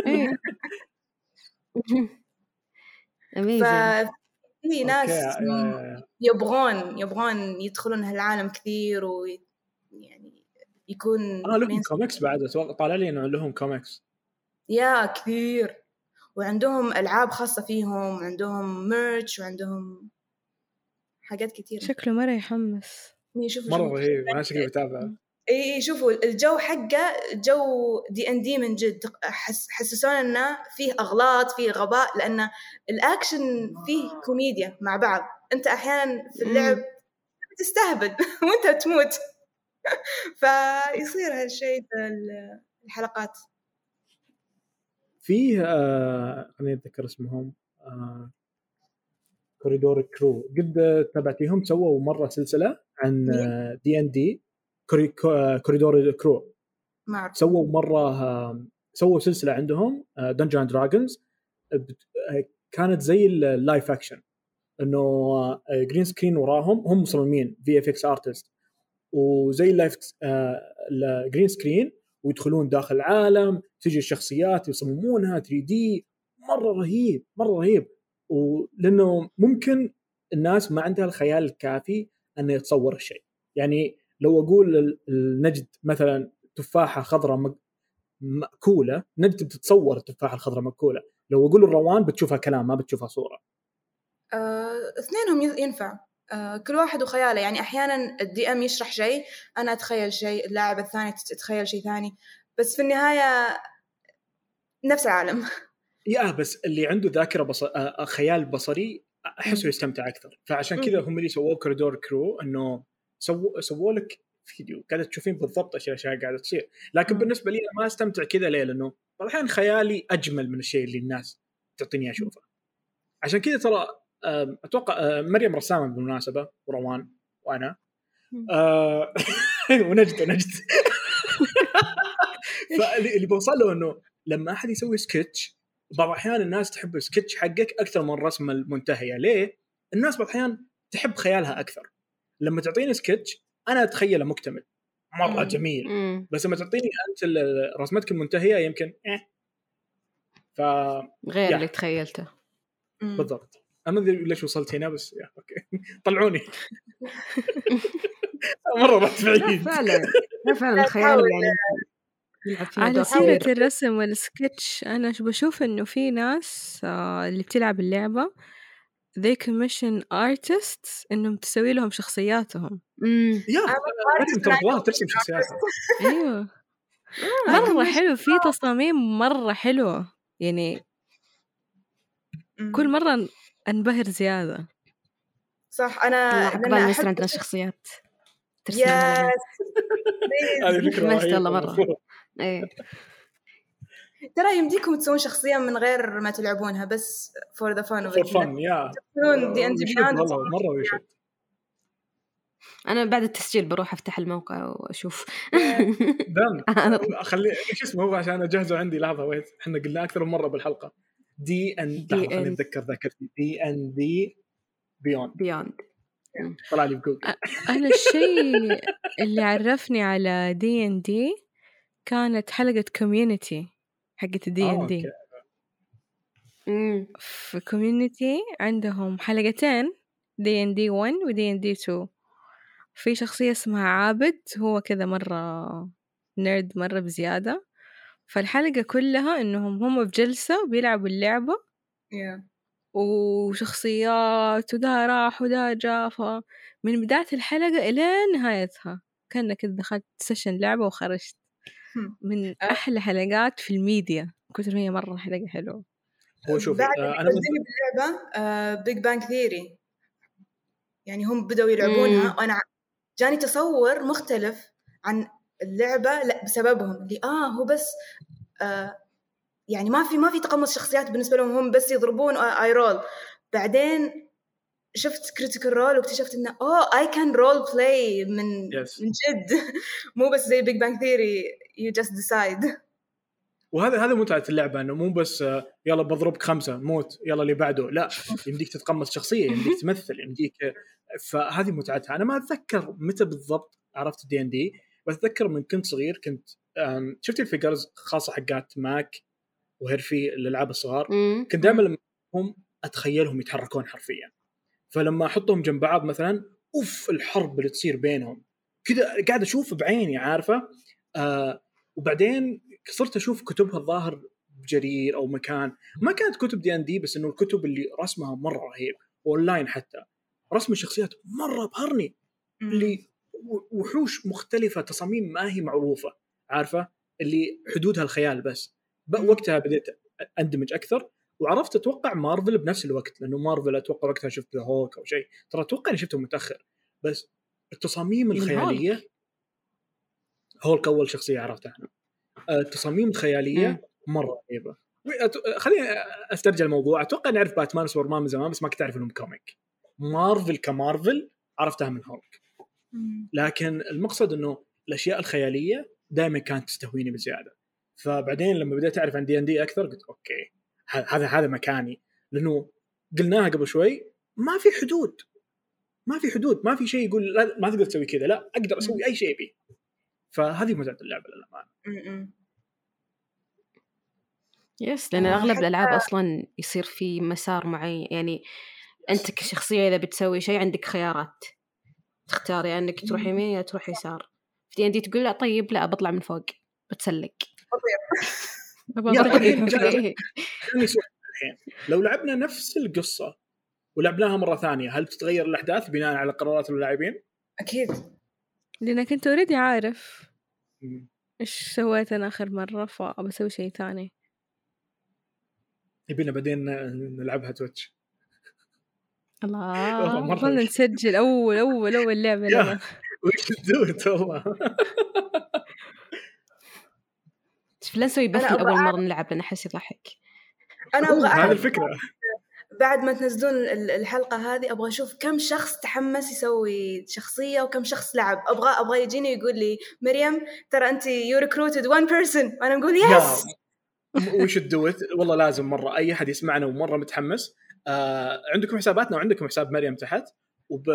في ناس يبغون يبغون يدخلون هالعالم كثير ويعني يكون اه لهم كوميكس بعد اتوقع طالع لي انه لهم كوميكس يا كثير وعندهم العاب خاصه فيهم وعندهم ميرش وعندهم حاجات كثير. شكله مره يحمس مره رهيب. انا شكلي بتابع. اي شوفوا الجو حقه جو دي ان دي من جد. حس حسسونا انه فيه اغلاط فيه غباء لان الاكشن فيه كوميديا مع بعض. انت احيانا في اللعب تستهبل وانت تموت فيصير هالشيء في الحلقات. فيه آه خليني اتذكر اسمهم آه كوريدور كرو قد تابعتيهم. سووا مره سلسله عن دي ان دي كوريدور كرو. سووا مرة سووا سلسلة عندهم دنجن اند دراجونز كانت زي اللايف اكشن انه جرين سكرين وراهم هم مصممين في اف اكس ارتست وزي اللايف الجرين سكرين ويدخلون داخل العالم تجي الشخصيات يصممونها ثري دي. مرة رهيب مرة رهيب. ولأنه ممكن الناس ما عندها الخيال الكافي أنه يتصور الشيء. يعني لو أقول النجد مثلا تفاحة خضراء مأكولة نجد بتتصور التفاحة الخضراء مأكولة. لو أقول الروان بتشوفها كلام ما بتشوفها صورة. أه، اثنينهم ينفع. أه، كل واحد وخياله. يعني أحيانا الدي أم يشرح شيء أنا أتخيل شيء اللاعب الثاني تتخيل شيء ثاني بس في النهاية نفس العالم. يا بس اللي عنده ذاكرة بص... آه خيال بصري أحسه يستمتع أكثر. فعشان كذا هم اللي سووا كوريدور كرو إنه سووا سووا لك فيديو قاعده تشوفين بالضبط اشياء اشياء قاعده تصير. لكن مم. بالنسبه لي أنا ما استمتع كذا ليه؟ لانه بعض الاحيان خيالي اجمل من الشيء اللي الناس تعطيني اشوفه. عشان كذا ترى أم، اتوقع أم، مريم رسامه بالمناسبه وروان وانا أه ونجد ونجد فاللي بوصل له انه لما احد يسوي سكتش بعض الاحيان الناس تحب السكتش حقك اكثر من الرسمه المنتهيه. ليه؟ الناس بعض الاحيان تحب خيالها اكثر. لما تعطيني سكتش انا اتخيله مكتمل مره مم. جميل، مم. بس لما تعطيني انت ال- رسمتك المنتهيه يمكن ايه ف غير يا. اللي تخيلته. مم. بالضبط. انا ما ادري ليش وصلت هنا بس يا اوكي طلعوني مره رحت لا بعيد. فعلا لا فعلا لا، الخيال تحاول. يعني يلعب فيها على دور سيرة كبير. الرسم والسكتش أنا ش- بشوف إنه في ناس آه، اللي بتلعب اللعبة they commission artists إنهم تسوي لهم شخصياتهم. امم يا أنا مريم ترى والله ترسم شخصياتها. أيوة I مرة commission- حلو، في تصاميم مرة حلوة يعني مم. كل مرة انبهر زيادة. صح. أنا الله لأن عقبال ما يصير أحب عندنا شخصيات ترسمها لنا. يس بليز. هذه فكره حمست رهيبه والله مرة. المفروض. ايه ترى يمديكم تسوون شخصية من غير ما تلعبونها بس for the fun of فور it. فن يا تدخلون دي إن دي ويشد بياند والله مره ويشد. انا بعد التسجيل بروح افتح الموقع واشوف. دام أنا- خلي ايش اسمه هو عشان اجهزه عندي. لحظه ويت احنا قلنا اكثر من مره بالحلقه دي ان دي خليني إن. اتذكر ذاكرتي دي ان دي بيوند بيوند. طلع لي بجوجل. أ- أنا الشيء اللي عرفني على دي ان دي كانت حلقة كوميونيتي حقت دي ان دي. امم في كوميونيتي عندهم حلقتين دي ان دي واحد و دي ان دي اثنين. في شخصية اسمها عابد، هو كذا مرة نيرد مرة بزيادة. فالحلقة كلها إنهم هم في جلسة بيلعبوا اللعبة yeah. وشخصيات وده راح وده جاء. من بداية الحلقة إلى نهايتها كأنك كده دخلت سيشن لعبة وخرجت. من أحلى حلقات في الميديا كتر هي مرة حلقة حلوة. هو شوف بعد آه اللي انا بدني باللعبة بيج بانج ثيري، يعني هم بدأوا يلعبونها مم. وأنا جاني تصور مختلف عن اللعبة لا بسببهم اللي آه هو بس آه يعني ما في ما في تقمص شخصيات بالنسبة لهم، هم بس يضربون آي رول. بعدين شفت كريتيكال رول واكتشفت إنه أوه I can role play من Yes. من جد مو بس زي بيج بانج ثيري you just decide. وهذا هذا متعة اللعبة انه مو بس آه يلا بضربك خمسة موت يلا اللي بعده، لا يمديك تتقمص شخصية، يمديك تمثل، يمديك. فهذه متعتها. انا ما اتذكر متى بالضبط عرفت دي ان دي، بس اتذكر من كنت صغير كنت شفت الفيجرز خاصة حقات ماك وهيرفي الالعاب الصغار. مم. كنت دائما لما هم اتخيلهم يتحركون حرفيا، فلما احطهم جنب بعض مثلا اوف الحرب اللي تصير بينهم كذا قاعد اشوف بعيني عارفة. آه وبعدين صرت اشوف كتبها الظاهر بجرير او مكان، ما كانت كتب دي ان دي بس انه الكتب اللي رسمها مره رهيب اونلاين، حتى رسم الشخصيات مره بهرني. اللي وحوش مختلفه تصاميم ما هي معروفه عارفه، اللي حدودها الخيال بس. وقتها بديت اندمج اكثر وعرفت اتوقع مارفل بنفس الوقت، لانه مارفل اتوقع وقتها شفت هوك او شيء، ترى اتوقع اني شفته متاخر. بس التصاميم الخياليه هولك. هولك اول شخصيه عرفتها انا. التصاميم الخياليه مره رهيبه. خليني استرجع الموضوع. اتوقع نعرف باتمان وسوبرمان من زمان بس ما كنت اعرف انهم كوميك. مارفل كمارفل عرفتها من هولك، لكن المقصد انه الاشياء الخياليه دائما كانت تستهويني بزياده. فبعدين لما بديت اعرف عن دي ان دي اكثر قلت اوكي هذا هذا مكاني، لانه قلناها قبل شوي ما في حدود، ما في حدود، ما في شيء يقول لا ما تقدر تسوي كذا، لا اقدر اسوي اي شيء بي. فهذه متعه اللعبه للامانه. يس لأن أغلب الألعاب أصلاً يصير في مسار معين، يعني أنت كشخصية إذا بتسوي شيء عندك خيارات تختار، يعني أنك تروح يمين يا تروح يسار. في دي أن دي تقول لا طيب لا بطلع من فوق بتسلق. يعني الحين لو لعبنا نفس القصة ولعبناها مرة ثانية هل تتغير الأحداث بناء على قرارات اللاعبين؟ أكيد، لأنك أنت أوريدي عارف مم. إيش سويت أنا آخر مرة فبسوي شيء ثاني. يبينا بعدين نلعبها تويتش. الله والله نسجل أول أول أول لعبة لنا. وش تدوت والله. شوف لا نسوي بث أول مرة نلعب لأن أحس يضحك. أنا أبغى هذه الفكرة. بعد ما تنزلون الحلقة هذه أبغى أشوف كم شخص تحمس يسوي شخصية وكم شخص لعب. أبغى أبغى يجيني يقول لي مريم ترى أنت you recruited one person وأنا نقول yes. وش تدوت والله لازم مرة أي أحد يسمعنا ومرة متحمس آه عندكم حساباتنا وعندكم حساب مريم تحت وب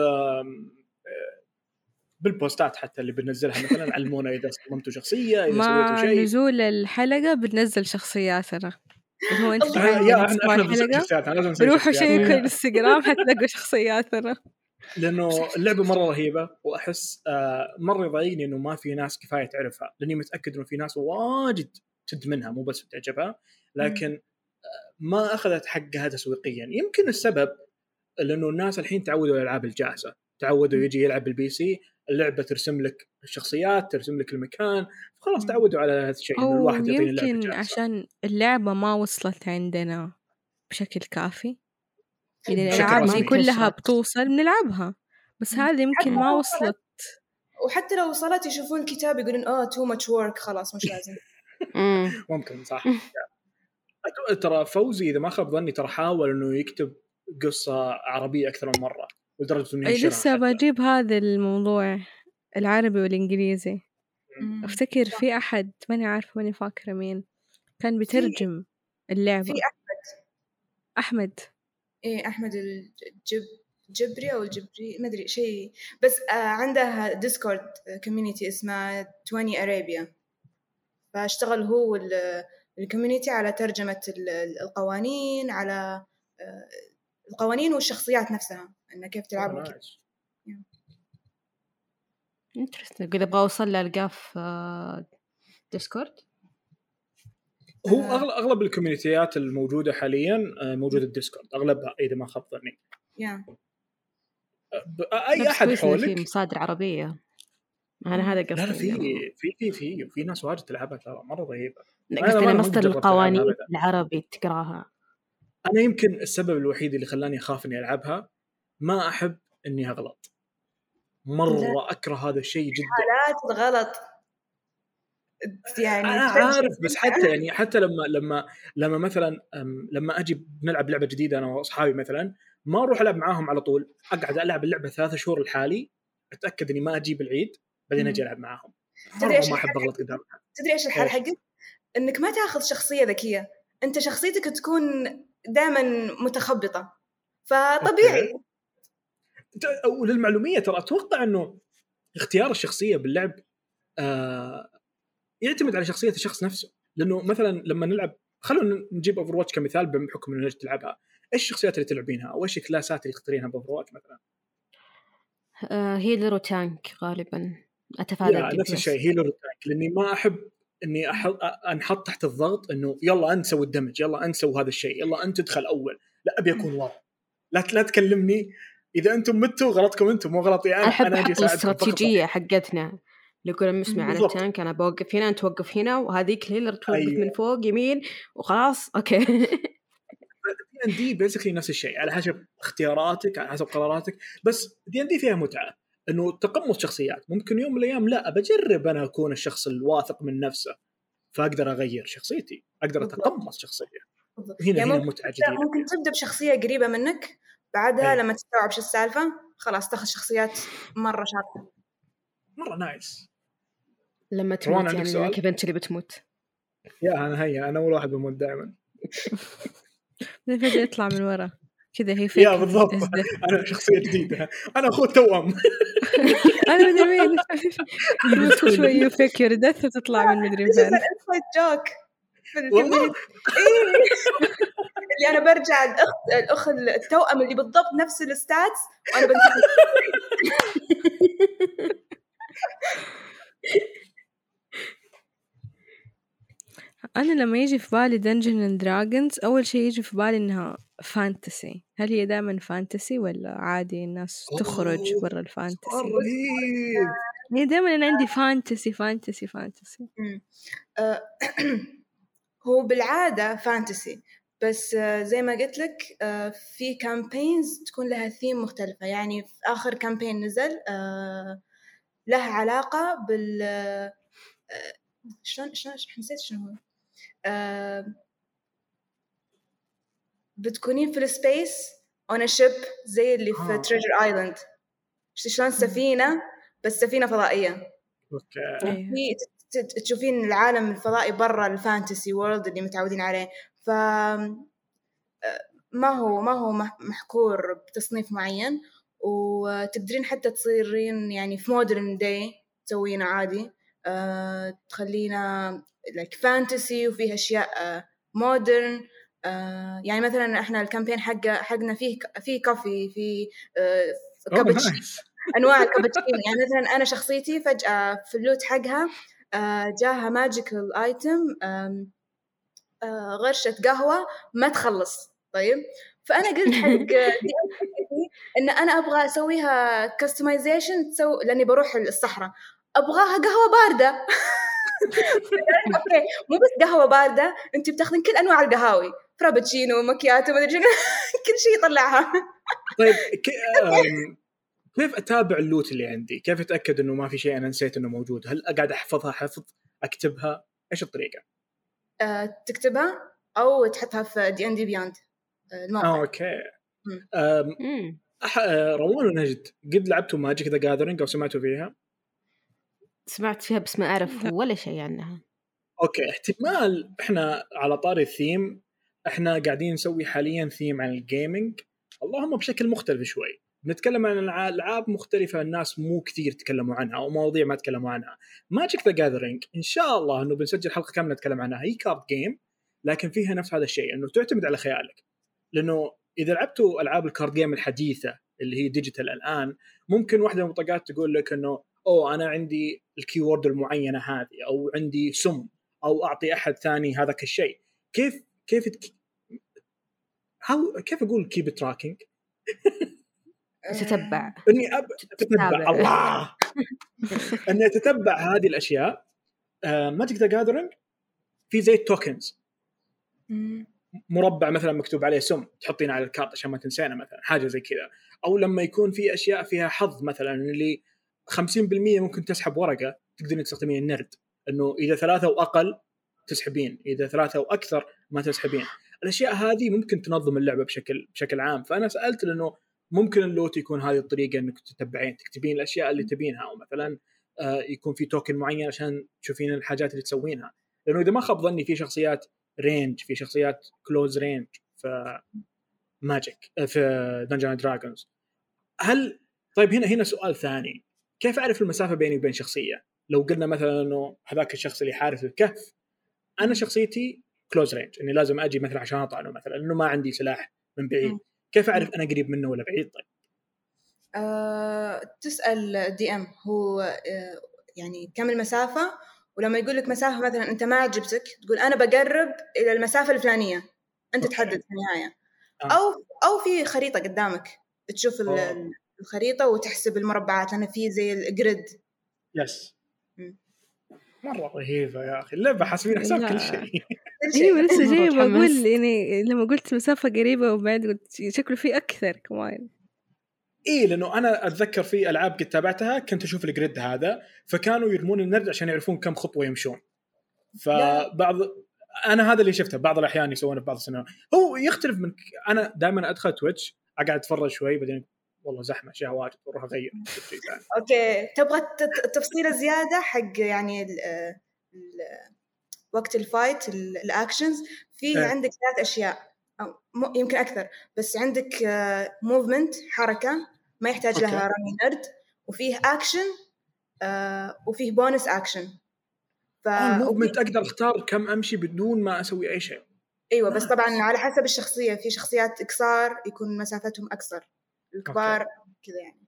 بالبوستات حتى اللي بننزلها مثلا علمونا إذا صممتوا شخصية إذا سويتوا شيء. مع نزول الحلقة بننزل شخصياتنا. هو أنت يا إحنا إحنا بنسوي شخصياتنا لازم نسوي روحوا شيكوا الانستغرام حتلاقوا شخصياتنا. لأنه اللعبة مرة رهيبة وأحس آه مرة يضايقني إنه ما في ناس كفاية تعرفها لأني متأكد إنه في ناس واجد تد منها مو بس تعجبها لكن آه ما أخذت حقها تسويقيا. يمكن السبب لأنه الناس الحين تعودوا على الألعاب الجاهزة تعودوا يجي يلعب بالبي سي اللعبة ترسم لك الشخصيات ترسم لك المكان خلاص تعودوا على هذا الشيء إنه الواحد يعطيني اللعبة يمكن جاهزة. عشان اللعبة ما وصلت عندنا بشكل كافي يعني الألعاب دي كلها بتوصل بنلعبها بس هذه يمكن ما وصلت. وحتى لو وصلت يشوفون الكتاب يقولون آه too much work خلاص مش لازم. ممكن صح. ترى فوزي إذا ما خاب ظني ترى حاول إنه يكتب قصة عربية أكثر من مرة لدرجة إنه ينشرها. لسه بجيب هذا الموضوع العربي والإنجليزي. مم. أفتكر في أحد ماني عارفة ماني فاكرة مين كان بيترجم اللعبة. في أحمد. أحمد. إيه أحمد الجب جبري أو الجبري ما أدري شيء بس آه عنده ديسكورد كوميونيتي اسمه تواني أرابيا فاشتغل هو الكوميونيتي على ترجمة القوانين على آه القوانين والشخصيات نفسها إنه كيف تلعبوا كده. انترستنج. إذا أبغى أوصل لألقاه في ديسكورد. هو أغلب أغلب الكوميونيتيات الموجودة حاليا موجودة الديسكورد أغلبها إذا ما خاب ظني. yeah. أي أحد حولك في مصادر عربية أنا هذا قصدي. لا في في في في في ناس واجد تلعبها ترى مرة رهيبة. أنا مصدر القوانين العربي تقراها. أنا يمكن السبب الوحيد اللي خلاني أخاف إني ألعبها ما أحب إني أغلط مرة لا. أكره هذا الشيء جدا. حالات الغلط يعني أنا عارف بس حتى يعني حتى لما لما لما مثلا لما أجي بنلعب لعبة جديدة أنا وأصحابي مثلا ما أروح ألعب معاهم على طول أقعد ألعب اللعبة ثلاثة شهور الحالي أتأكد إني ما أجيب العيد بعدين أجي ألعب معاهم. مرة ما أحب أغلط قدامهم. تدري إيش الحل حقك؟ إنك ما تأخذ شخصية ذكية. أنت شخصيتك تكون دائما متخبطة فطبيعي. وللمعلومية ترى أتوقع إنه اختيار الشخصية باللعب آه يعتمد على شخصية الشخص نفسه. لأنه مثلا لما نلعب خلونا نجيب أوفرواتش كمثال بحكم إنه نجي تلعبها إيش الشخصيات اللي تلعبينها أو إيش الكلاسات اللي تختارينها بأوفرواتش مثلا؟ آه هيلر وتانك غالبا أتفادى نفس الشيء هيلر وتانك لأني ما أحب إني أحط أنحط تحت الضغط إنه يلا أنت سوي الدمج يلا أنت سوي هذا الشيء يلا أنت تدخل أول لا أبي أكون واو لا لا تكلمني إذا أنتم متوا غلطكم أنتم مو غلطي أنا. أحب أنا أحب الاستراتيجية حقتنا اللي يقول مسمع عن التانك أنا بوقف هنا أنت توقف هنا وهذيك هيلر توقف أيوة. من فوق يمين وخلاص أوكي. دي ان دي بيسكلي نفس الشيء على حسب اختياراتك على حسب قراراتك بس دي ان دي فيها متعة إنه تقمص شخصيات ممكن يوم من الأيام لا بجرب أنا أكون الشخص الواثق من نفسه فأقدر أغير شخصيتي أقدر أتقمص شخصية هنا يعني هنا متعة جديدة. ممكن تبدأ بشخصية قريبة منك بعدها أي. لما تستوعب شو السالفة خلاص تاخذ شخصيات مرة شاطرة مرة نايس. لما تموت يعني كيف أنت اللي بتموت يا أنا هيا أنا أول واحد بموت دائما فجأة يطلع من ورا كذا هي يا بالضبط أنا شخصية جديدة أنا أخوه توأم أنا مدري مين يموت شوي يفكر دث وتطلع من مدري فين إنسايد جوك والله اللي أنا برجع الأخ الأخ التوأم اللي بالضبط نفس الستاتس وأنا بنتعلم. أنا لما يجي في بالي دنجن اند دراجونز أول شيء يجي في بالي إنها فانتسي. هل هي دائما فانتسي ولا عادي الناس تخرج برا الفانتسي؟ رهيب. هي دائما أنا عندي فانتسي فانتسي فانتسي. هو بالعادة فانتسي بس زي ما قلت لك في كامبينز تكون لها ثيم مختلفة. يعني في آخر كامبين نزل لها علاقة بال شلون شلون نسيت شنو هو أه... بتكونين في السبيس on a ship زي اللي في آه. تريجر آيلاند، شلون سفينة بس سفينة فضائية. اوكي. تشوفين العالم الفضائي برا الفانتسي وورلد اللي متعودين عليه، ف ما هو ما هو محكور بتصنيف معين، وتقدرين حتى تصيرين يعني في مودرن داي تسوينا عادي. أه تخلينا like فانتسي وفيه أشياء مودرن. أه يعني مثلا احنا الكامبين حق حقنا فيه فيه كوفي، فيه أه كابتشينو، انواع الكابتشينو. يعني مثلا انا شخصيتي فجأة في اللوت حقها أه جاها ماجيكال ايتم أه غرشة قهوة ما تخلص. طيب فأنا قلت حق دي إن أنا أبغى أسويها كاستمايزيشن تسوي، لأني بروح الصحراء أبغاها قهوة باردة. أوكي مو بس قهوة باردة، أنت بتاخذين كل أنواع القهاوي، فرابتشينو، مكياتو، ما أدري شنو، كل شيء يطلعها. طيب كيف أتابع اللوت اللي عندي؟ كيف أتأكد إنه ما في شيء أنا نسيت إنه موجود؟ هل أقعد أحفظها حفظ، أكتبها، إيش الطريقة؟ أه تكتبها أو تحطها في دي إن دي بياند الموقع. آه، أوكي. أم أح... روان ونجد قد لعبتوا ماجيك ذا جاذرينج أو سمعتوا فيها؟ سمعت فيها بس ما أعرف ولا شيء عنها. أوكي، احتمال إحنا على طاري الثيم، إحنا قاعدين نسوي حاليا ثيم عن الجيمينج، اللهم بشكل مختلف شوي. نتكلم عن ألعاب مختلفة الناس مو كثير تكلموا عنها أو مواضيع ما تكلموا عنها. ماجيك ذا جاذرينج إن شاء الله إنه بنسجل حلقة كاملة نتكلم عنها. هي كارد جيم لكن فيها نفس هذا الشيء، إنه تعتمد على خيالك. لأنه إذا لعبتوا ألعاب الكارد جيم الحديثة اللي هي ديجيتال الآن، ممكن واحدة من البطاقات تقول لك إنه أو أنا عندي الكيورد المعينة هذه، أو عندي سم، أو أعطي أحد ثاني هذا الشيء. كيف كيف تك... هاو كيف أقول كيب تراكينج؟ تتبع إني أب... تتبع الله إني أتتبع هذه الأشياء. ماجيك ذا جاذرينج في زي التوكنز، مربع مثلا مكتوب عليه سم تحطينه على الكارت عشان ما تنسينا مثلا، حاجة زي كذا. أو لما يكون في أشياء فيها حظ مثلا اللي خمسين بالمية ممكن تسحب ورقة، تقدرين تستخدمين النرد إنه إذا ثلاثة وأقل تسحبين، إذا ثلاثة وأكثر ما تسحبين. الأشياء هذه ممكن تنظم اللعبة بشكل بشكل عام. فأنا سألت لأنه ممكن اللوت يكون هذه الطريقة إنك تتبعين تكتبين الأشياء اللي تبينها، أو مثلا آه يكون في توكن معين عشان تشوفين الحاجات اللي تسوينها. لأنه إذا ما خاب ظني في شخصيات رينج، في شخصيات كلوز رينج في ماجيك في دنجن اند دراجونز. هل طيب هنا هنا سؤال ثاني، كيف أعرف المسافة بيني وبين شخصية؟ لو قلنا مثلا إنه هذاك الشخص اللي حارس الكهف، أنا شخصيتي كلوز رينج، إني لازم أجي مثلا عشان أطعنه مثلا، إنه ما عندي سلاح من بعيد، كيف أعرف أنا قريب منه ولا بعيد؟ طيب أه تسأل دي أم هو أه يعني كم المسافة، ولما يقول لك مسافة مثلا أنت ما عجبتك تقول أنا بقرب إلى المسافة الفلانية، أنت أوكي. تحدد في النهاية. آه. أو أو في خريطة قدامك تشوف أوه. الخريطة وتحسب المربعات، لأن في زي الجريد. يس م. مرة رهيبة يا أخي اللعبة، حاسبين حساب كل شيء. أيوة لسه جاي بقول يعني لما قلت مسافة قريبة وبعد قلت شكله في أكثر كمان. إيه لأنه أنا أتذكر في ألعاب قد تابعتها كنت أشوف الجريد هذا، فكانوا يرمون النرد عشان يعرفون كم خطوة يمشون. فبعض أنا هذا اللي شفته بعض الأحيان يسوونه في بعض السنوات. هو يختلف من أنا دائما أدخل تويتش أقعد أتفرج شوي بعدين والله زحمة أشياء واجد وأروح أغير. أوكي تبغى تفصيلة زيادة حق يعني ال ال وقت الفايت الأكشنز فيه. اه. عندك ثلاث أشياء أو يمكن أكثر، بس عندك موفمنت حركة ما يحتاج أوكي. لها رمي نرد، وفيه أكشن آه وفيه بونس أكشن. الموفمنت أقدر أختار كم أمشي بدون ما أسوي أي شيء. أيوة بس طبعا على حسب الشخصية، في شخصيات إكسار يكون مسافتهم أكثر، الكبار كذا يعني.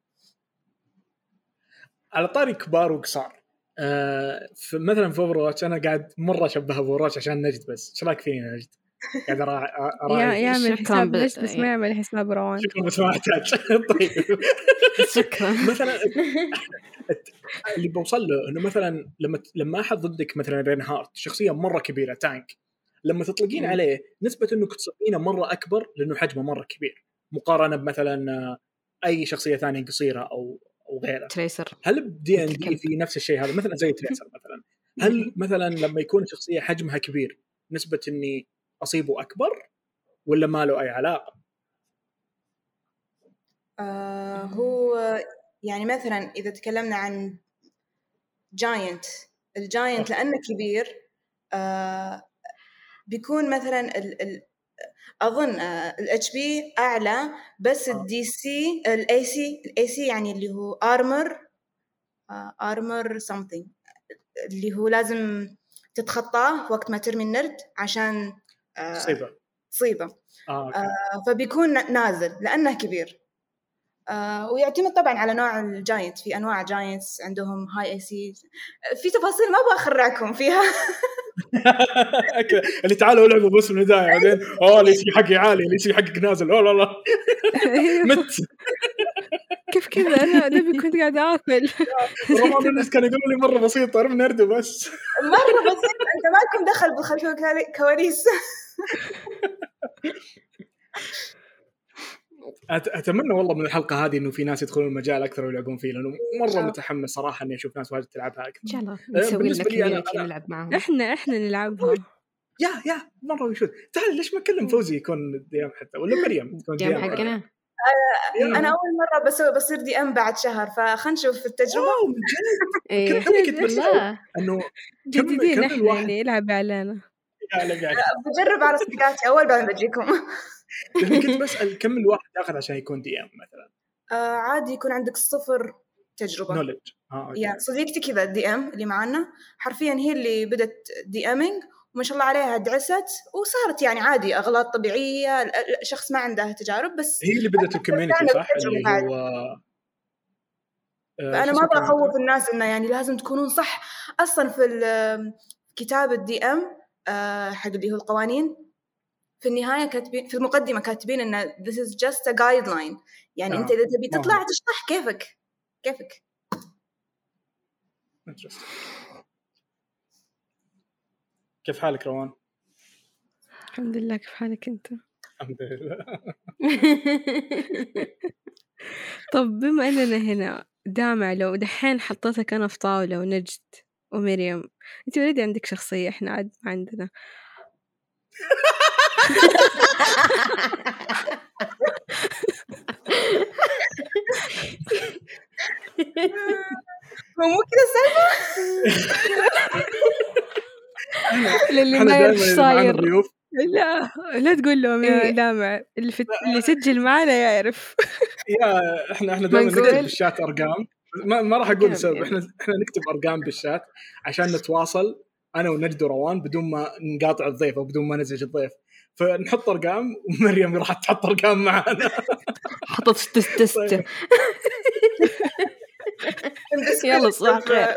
على طاري كبار وقصار آه مثلا في اوفرواتش انا قاعد مره شبهها بورواتش عشان نجد، بس ايش رايك فيني نجد؟ قاعد اراعي يعمل حساب ليش بس ما يعمل حساب روان. شكرا بس ما احتاج. طيب شكرا. مثلا اللي بوصل له انه مثلا لما لما احد ضدك مثلا رينهارت شخصيه مره كبيره تانك، لما تطلقين م. عليه نسبه انك تصيبينه مره اكبر لانه حجمه مره كبير مقارنه بمثلا اي شخصيه ثانيه قصيره او او وغيره. تريسر. هل بدي ان دي في نفس الشيء هذا مثلا زي تريسر مثلا؟ هل مثلا لما يكون شخصيه حجمها كبير نسبه اني اصيبه اكبر ولا ما له اي علاقه؟ آه هو يعني مثلا اذا تكلمنا عن جاينت، الجاينت لانه كبير آه بيكون مثلا ال ال اظن الاتش بي اعلى، بس الدي سي الاي سي الاي سي يعني اللي هو ارمر ارمر سمثينج اللي هو لازم تتخطاه وقت ما ترمي النرد عشان تصيبه آه تصيبه آه. آه فبيكون نازل لانه كبير. آه ويعتمد طبعا على نوع الجاينت، في انواع جاينتس عندهم هاي اي سي، في تفاصيل ما ابغى اخرعكم فيها. اللي تعالوا العبوا بس من البدايه بعدين اوه ليش حقي عالي ليش حقك نازل لا لا لا مت كيف كذا انا نبي كنت قاعد اكل رمضان الناس كانوا يقولوا لي مره بسيطه ارمي نردو بس مره بسيطه انت ما لكم دخل بالخلف كواليس. اتمنى والله من الحلقه هذه انه في ناس يدخلون المجال اكثر ويلعبون فيه لانه مره متحمس صراحه اني اشوف ناس واجد تلعبها اكثر. ان شاء الله نسوي لنا كوميونتي نلعب معهم. احنا احنا نلعبها يا يا مره وشوت. تعال ليش ما نكلم فوزي يكون دي ام حتى ولا مريم تكون دي ام حقنا؟ انا اول مره بس بصير دي ام بعد شهر، فخلنا نشوف التجربه. واو من جد كنت كنت بس انه جديدين احنا اللي يلعب علينا. بجرب على صديقاتي اول بعدين بجيكم. كنت بسال كم الواحد ياخذ عشان يكون دي ام مثلا؟ آه عادي يكون عندك صفر تجربه نولج. اه يا صديقتي كذا الدي ام اللي معنا حرفيا هي اللي بدت دي امينج وما شاء الله عليها دعست وصارت يعني عادي أغلاط طبيعية، شخص ما عنده تجارب بس هي اللي بدت الكوميونتي صح اللي هو فأنا ما أبغى أخوف الناس إنه يعني لازم تكونون صح. أصلا في كتاب الدي أم حق اللي هو القوانين في النهاية كاتبين في المقدمة كاتبين إن this is just a guideline يعني آه. أنت إذا تبي تطلع تشرح كيفك كيفك. كيف حالك روان؟ الحمد لله. كيف حالك أنت؟ الحمد لله. طب بما أننا هنا دامع، لو دحين حطيتك أنا في طاولة ونجد ومريم، أنت ولدي عندك شخصية إحنا عاد ما عندنا. هو مو كده سالفة للي ما يعرف صاير. لا لا تقول لهم يا دامع اللي في اللي يسجل معنا يعرف. يا احنا احنا دائما نكتب بالشات ارقام، ما ما راح اقول سبب، احنا احنا نكتب ارقام بالشات عشان نتواصل انا ونجد وروان بدون ما نقاطع الضيف او بدون ما نزعج الضيف، فنحط ارقام ومريم راح تحط ارقام معنا. حطت تست تست يلا صباح خير.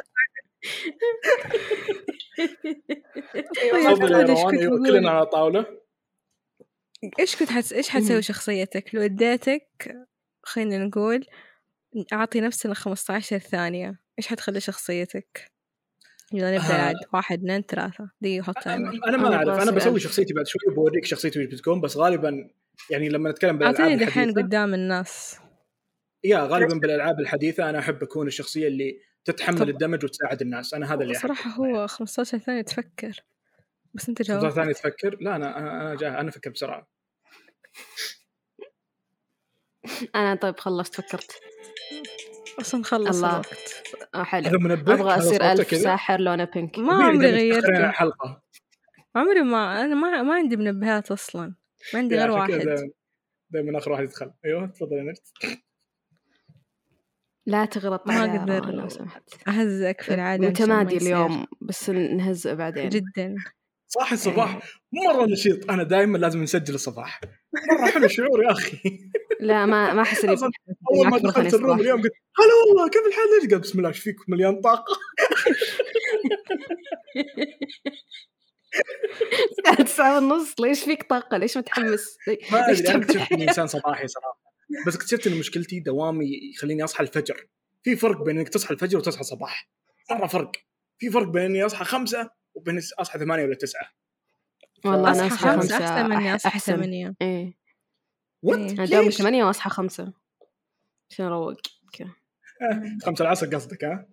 تفضل يا روان وكلنا على طاولة. إيش كنت حتس إيش حتسوي شخصيتك لو اديتك خلينا نقول أعطي نفسنا خمسة عشر ثانية؟ إيش حتخلي شخصيتك؟ يلا نبدأ عاد واحد اثنين ثلاثة دي وحط أنا, أنا ما أعرف، أنا بسوي شخصيتي بعد شوي بوريك شخصيتي وش بتكون، بس غالبا يعني لما نتكلم بالألعاب الحديثة أعطيني دحين قدام الناس. يا غالبا بالألعاب الحديثة أنا أحب أكون الشخصية اللي تتحمل الدمج وتساعد الناس. أنا هذا اللي صراحة هو خمسة عشر ثانية تفكر، بس أنت جاوبت. خمسة عشر ثانية تفكر؟ لا أنا أنا جاء أنا أفكر بسرعة. أنا طيب خلصت فكرت أصلا خلص الوقت. آه حلو. أبغى أصير ألف ساحر لونه بينك. ما عمري غيرت حلقة. عمري ما أنا ما ما عندي منبهات أصلا، ما عندي غير واحد. دائما آخر واحد يدخل. أيوه تفضل يا نجد. لا تغلط ما أقدر لو سمحت أهزك في العادة. متمادي اليوم بس نهزق بعدين. جدا صح. الصباح مرة نشيط، أنا دائما لازم نسجل الصباح، مرة حلو شعور يا أخي. لا ما ما أحس إني أول ما دخلت الروم اليوم قلت هلا والله كيف الحال ليش قال بسم الله إيش فيك مليان طاقة. تسعة ونص ليش فيك طاقة ليش متحمس؟ ما أدري أنا اكتشفت إني إنسان صباحي صراحة، بس اكتشفت إن مشكلتي دوامي يخليني أصحى الفجر. في فرق بين إنك تصحى الفجر وتصحى صباح، مرة فرق. في فرق بين إني أصحى خمسة وبين أصحى ثمانية ولا تسعة. والله أنا أصحى خمسة أحسن مني أصحى ثمانية. إيه وات أنا دوامي ثمانية وأصحى خمسة عشان أروق كذا. خمسة العصر قصدك ها؟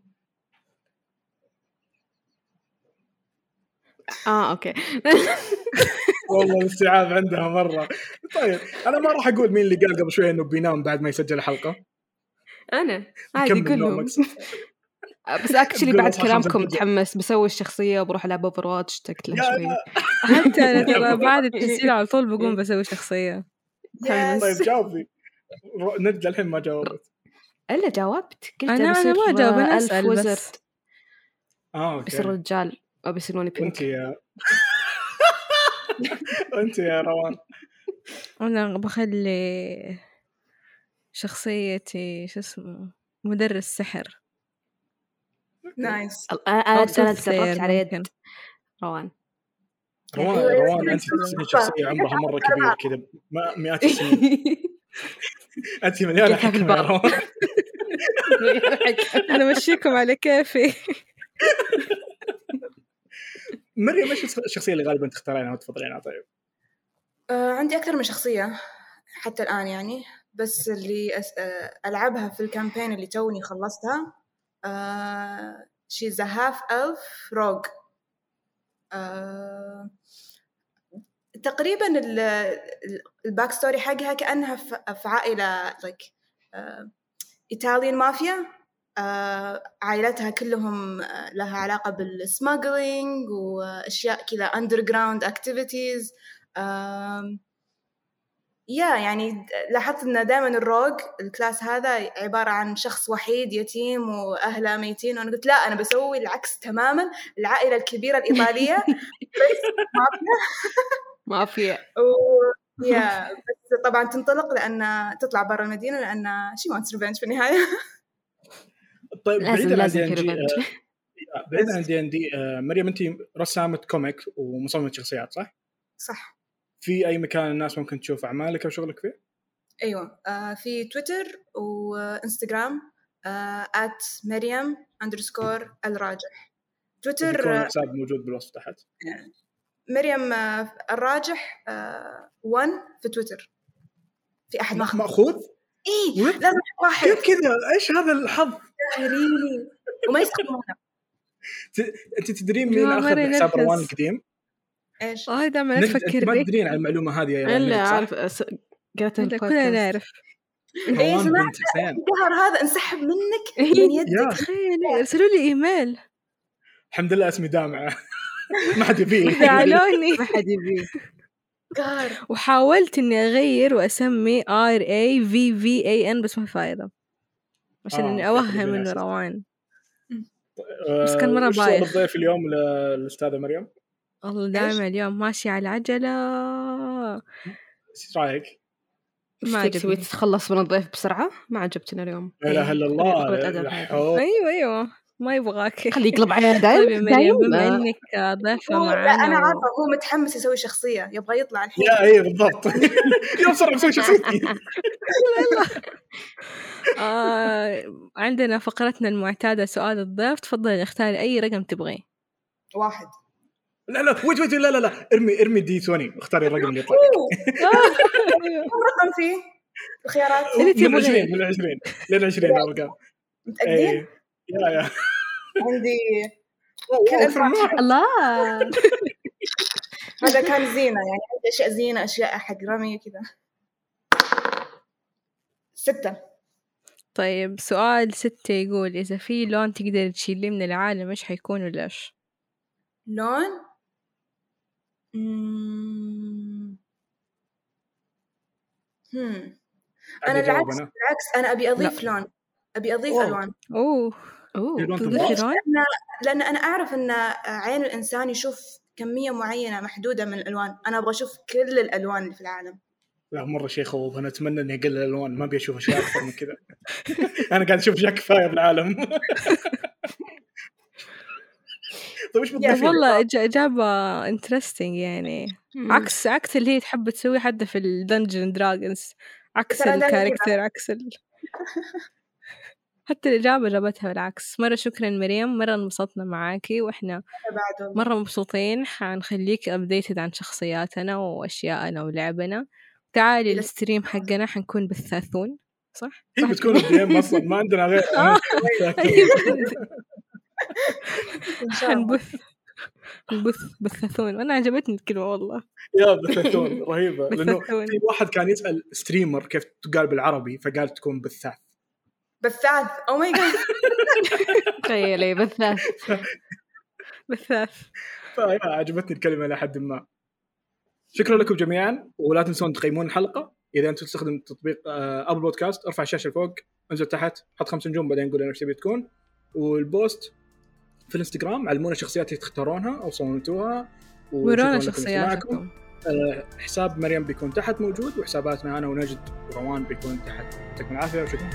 اه اوكي. والله الاستيعاب عندها مرة. طيب أنا ما راح أقول مين اللي قال قبل شوي إنه بينام بعد ما يسجل الحلقة. انا عادي كمل كلهم. نومك. بس اكشلي تقول بعد أصحى خمسة كلامكم الفجر. متحمس بسوي الشخصية وبروح العب اوفر واتش تكتلها يا شوي. لا. حتى أنا ترى بعد التسجيل على طول بقوم بسوي شخصية. يس. طيب جاوبي. نرجع الحين ما جاوبت. الا جاوبت قلت أنا بصير أنا ما جاوب أنا ألف أسأل وزرد. بس. آه بصير أوكي. رجال أو بيصيروني وأنت بينك. يا وأنت يا روان. أنا بخلي شخصيتي شو اسمه مدرس سحر نايس. أنا أنا أو أنا soothsayer تدربت على يد ممكن. روان. روان أيوة، روان يصير أنت يصير شخصية عمرها مرة كبير كذا ما مئات السنين. أنت مليانة جتها في حكمة يا الباب. روان. أنا مشيكم على كيفي. مريم إيش الشخصية اللي غالبا تختارينها وتفضلينها؟ طيب آه عندي أكثر من شخصية حتى الآن يعني، بس اللي أس... آه ألعبها في الكامبين اللي توني خلصتها آه she's a half elf rogue. آه تقريبا الباك ستوري حقها كأنها في عائلة like آه إيطاليان مافيا. آه عائلتها كلهم آه لها علاقة بالسماغلينج وأشياء كذا underground activities. آه يا يعني لاحظت إن دائما الروج الكلاس هذا عبارة عن شخص وحيد يتيم وأهله ميتين، وأنا قلت لا أنا بسوي العكس تماما، العائلة الكبيرة الإيطالية مافيا مافيا. يا بس طبعا تنطلق لأن تطلع برا المدينة لأن she wants revenge في النهاية. طيب لازم بعيدا عن لازم دي في ان دي ريفنج. بعيدا عن دي ان دي مريم انت رسامة كوميك ومصممة شخصيات صح؟ صح. في اي مكان الناس ممكن تشوف اعمالك او شغلك فيه؟ ايوه آه في تويتر وانستغرام آه at مريم underscore الراجح. تويتر يكون الحساب موجود بالوصف تحت. مريم آه الراجح آه one في تويتر. في احد ماخذ ماخوذ؟ ايه لازم واحد. كيف كذا؟ ايش هذا الحظ؟ ريلي وما يسقطونه. انت تدرين مين اخذ حساب روان القديم؟ ايش؟ اه ده ما انت تفكر ما لي. تدرين عن المعلومه هذه يا الا روان؟ عارف قلت كلنا نعرف. روان بنت حسين. القهر هذا انسحب منك إيه. من يدك. يا تخيل ارسلوا لي ايميل. الحمد لله اسمي دامعه. ما حد يبيه. زعلوني. ما حد يبيه. قهر. وحاولت اني اغير واسمي ار اي في في اي ان بس ما في فايده عشان آه، اني في اوهم أقرب انه ناس. روان. آه، بس كان مرة وش سؤال بايخ. الضيف اليوم للأستاذة مريم؟ الله دائما اليوم ماشي على العجلة. ايش رايك؟ وش ما تبي تسوي عجبني. تتخلص من الضيف بسرعة؟ ما عجبتنا اليوم. لا اله الا الله. قلة أدب هذا. ايوه ايوه ما يبغاك. خليه يقلب علينا طيب دايم يا مريم بما دايم. انك ضيفة هو لا معانا انا و... عارفه هو متحمس يسوي شخصيه يبغى يطلع الحين. يا ايه بالضبط. يوم صار مسوي شخصيتي. آه عندنا فقرتنا المعتادة سؤال الضيف. تفضلي اختاري اي رقم تبغيه. واحد. لا لا ويت ويت لا لا لا ارمي ارمي دي عشرين اختاري الرقم اللي يطلع لك. كم رقم فيه الخيارات؟ من عشرين من عشرين لين عشرين الارقام. متأكدين؟ يا يا عندي كل الله. هذا كان زينة يعني عندي أشياء زينة أشياء حق رمي كذا. ستة. طيب سؤال ستة يقول إذا في لون تقدر تشيليه من العالم إيش حيكون وليش؟ لون؟ مم. هم. أنا بالعكس بالعكس أنا أبي أضيف لا. لون أبي أضيف أوه. ألوان. أوه أوه تضيفي لون؟ لأن لأن أنا أعرف أن عين الإنسان يشوف كمية معينة محدودة من الألوان. أنا أبغى أشوف كل الألوان اللي في العالم. لا مرة شيء خوف. أنا أتمنى إني أقلل الألوان ما أبي أشوف أشياء أكثر من كذا. أنا قاعد أشوف أشياء كفاية بالعالم. طيب إيش بتضيفي؟ والله إجابة interesting يعني عكس عكس اللي هي تحب تسوي حتى في الدنجن دراجونز عكس الكاركتر عكس ال... حتى الإجابة جابتها بالعكس. مرة شكرا مريم مرة انبسطنا معاكي وإحنا مرة مبسوطين. حنخليك أبديتد عن شخصياتنا وأشياءنا ولعبنا. تعالي الستريم حقنا حنكون بالثلاثون صح؟ هي بتكون الدي ام اصلا ما عندنا غير نبث نبث بثثون. وانا عجبتني الكلمه والله يا بثثون رهيبه لانه في واحد كان يسال ستريمر كيف تقال بالعربي فقال تكون بثاث بثاث او ماي جاد تخيلي بثاث بثاث. فعجبتني الكلمه الى حد ما. شكرا لكم جميعا ولا تنسون تقيمون الحلقه. اذا انت تستخدم تطبيق ابل بودكاست ارفع الشاشه فوق انزل تحت حط خمس نجوم بعدين قول لنا ايش تبي تكون. والبوست في الانستغرام علمونا شخصيات تختارونها او صونتوها ورونا شخصياتكم. أه حساب مريم بيكون تحت موجود وحساباتنا انا ونجد وروان بيكون تحت. يعطيكم العافيه وشكرا.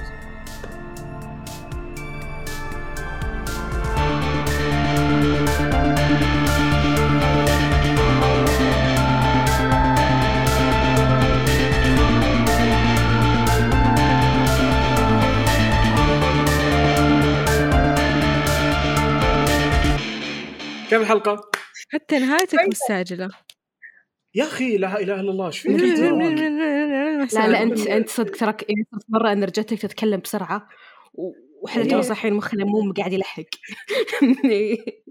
كيف الحلقة؟ حتى نهايتك مستعجلة يا أخي لا إله إلا الله. شو فيك؟ لا لا أنت أنت صدق ترك مرة أن رجعتك تتكلم بسرعة وإحنا ترى صحين مخنا مو قاعد يلحق.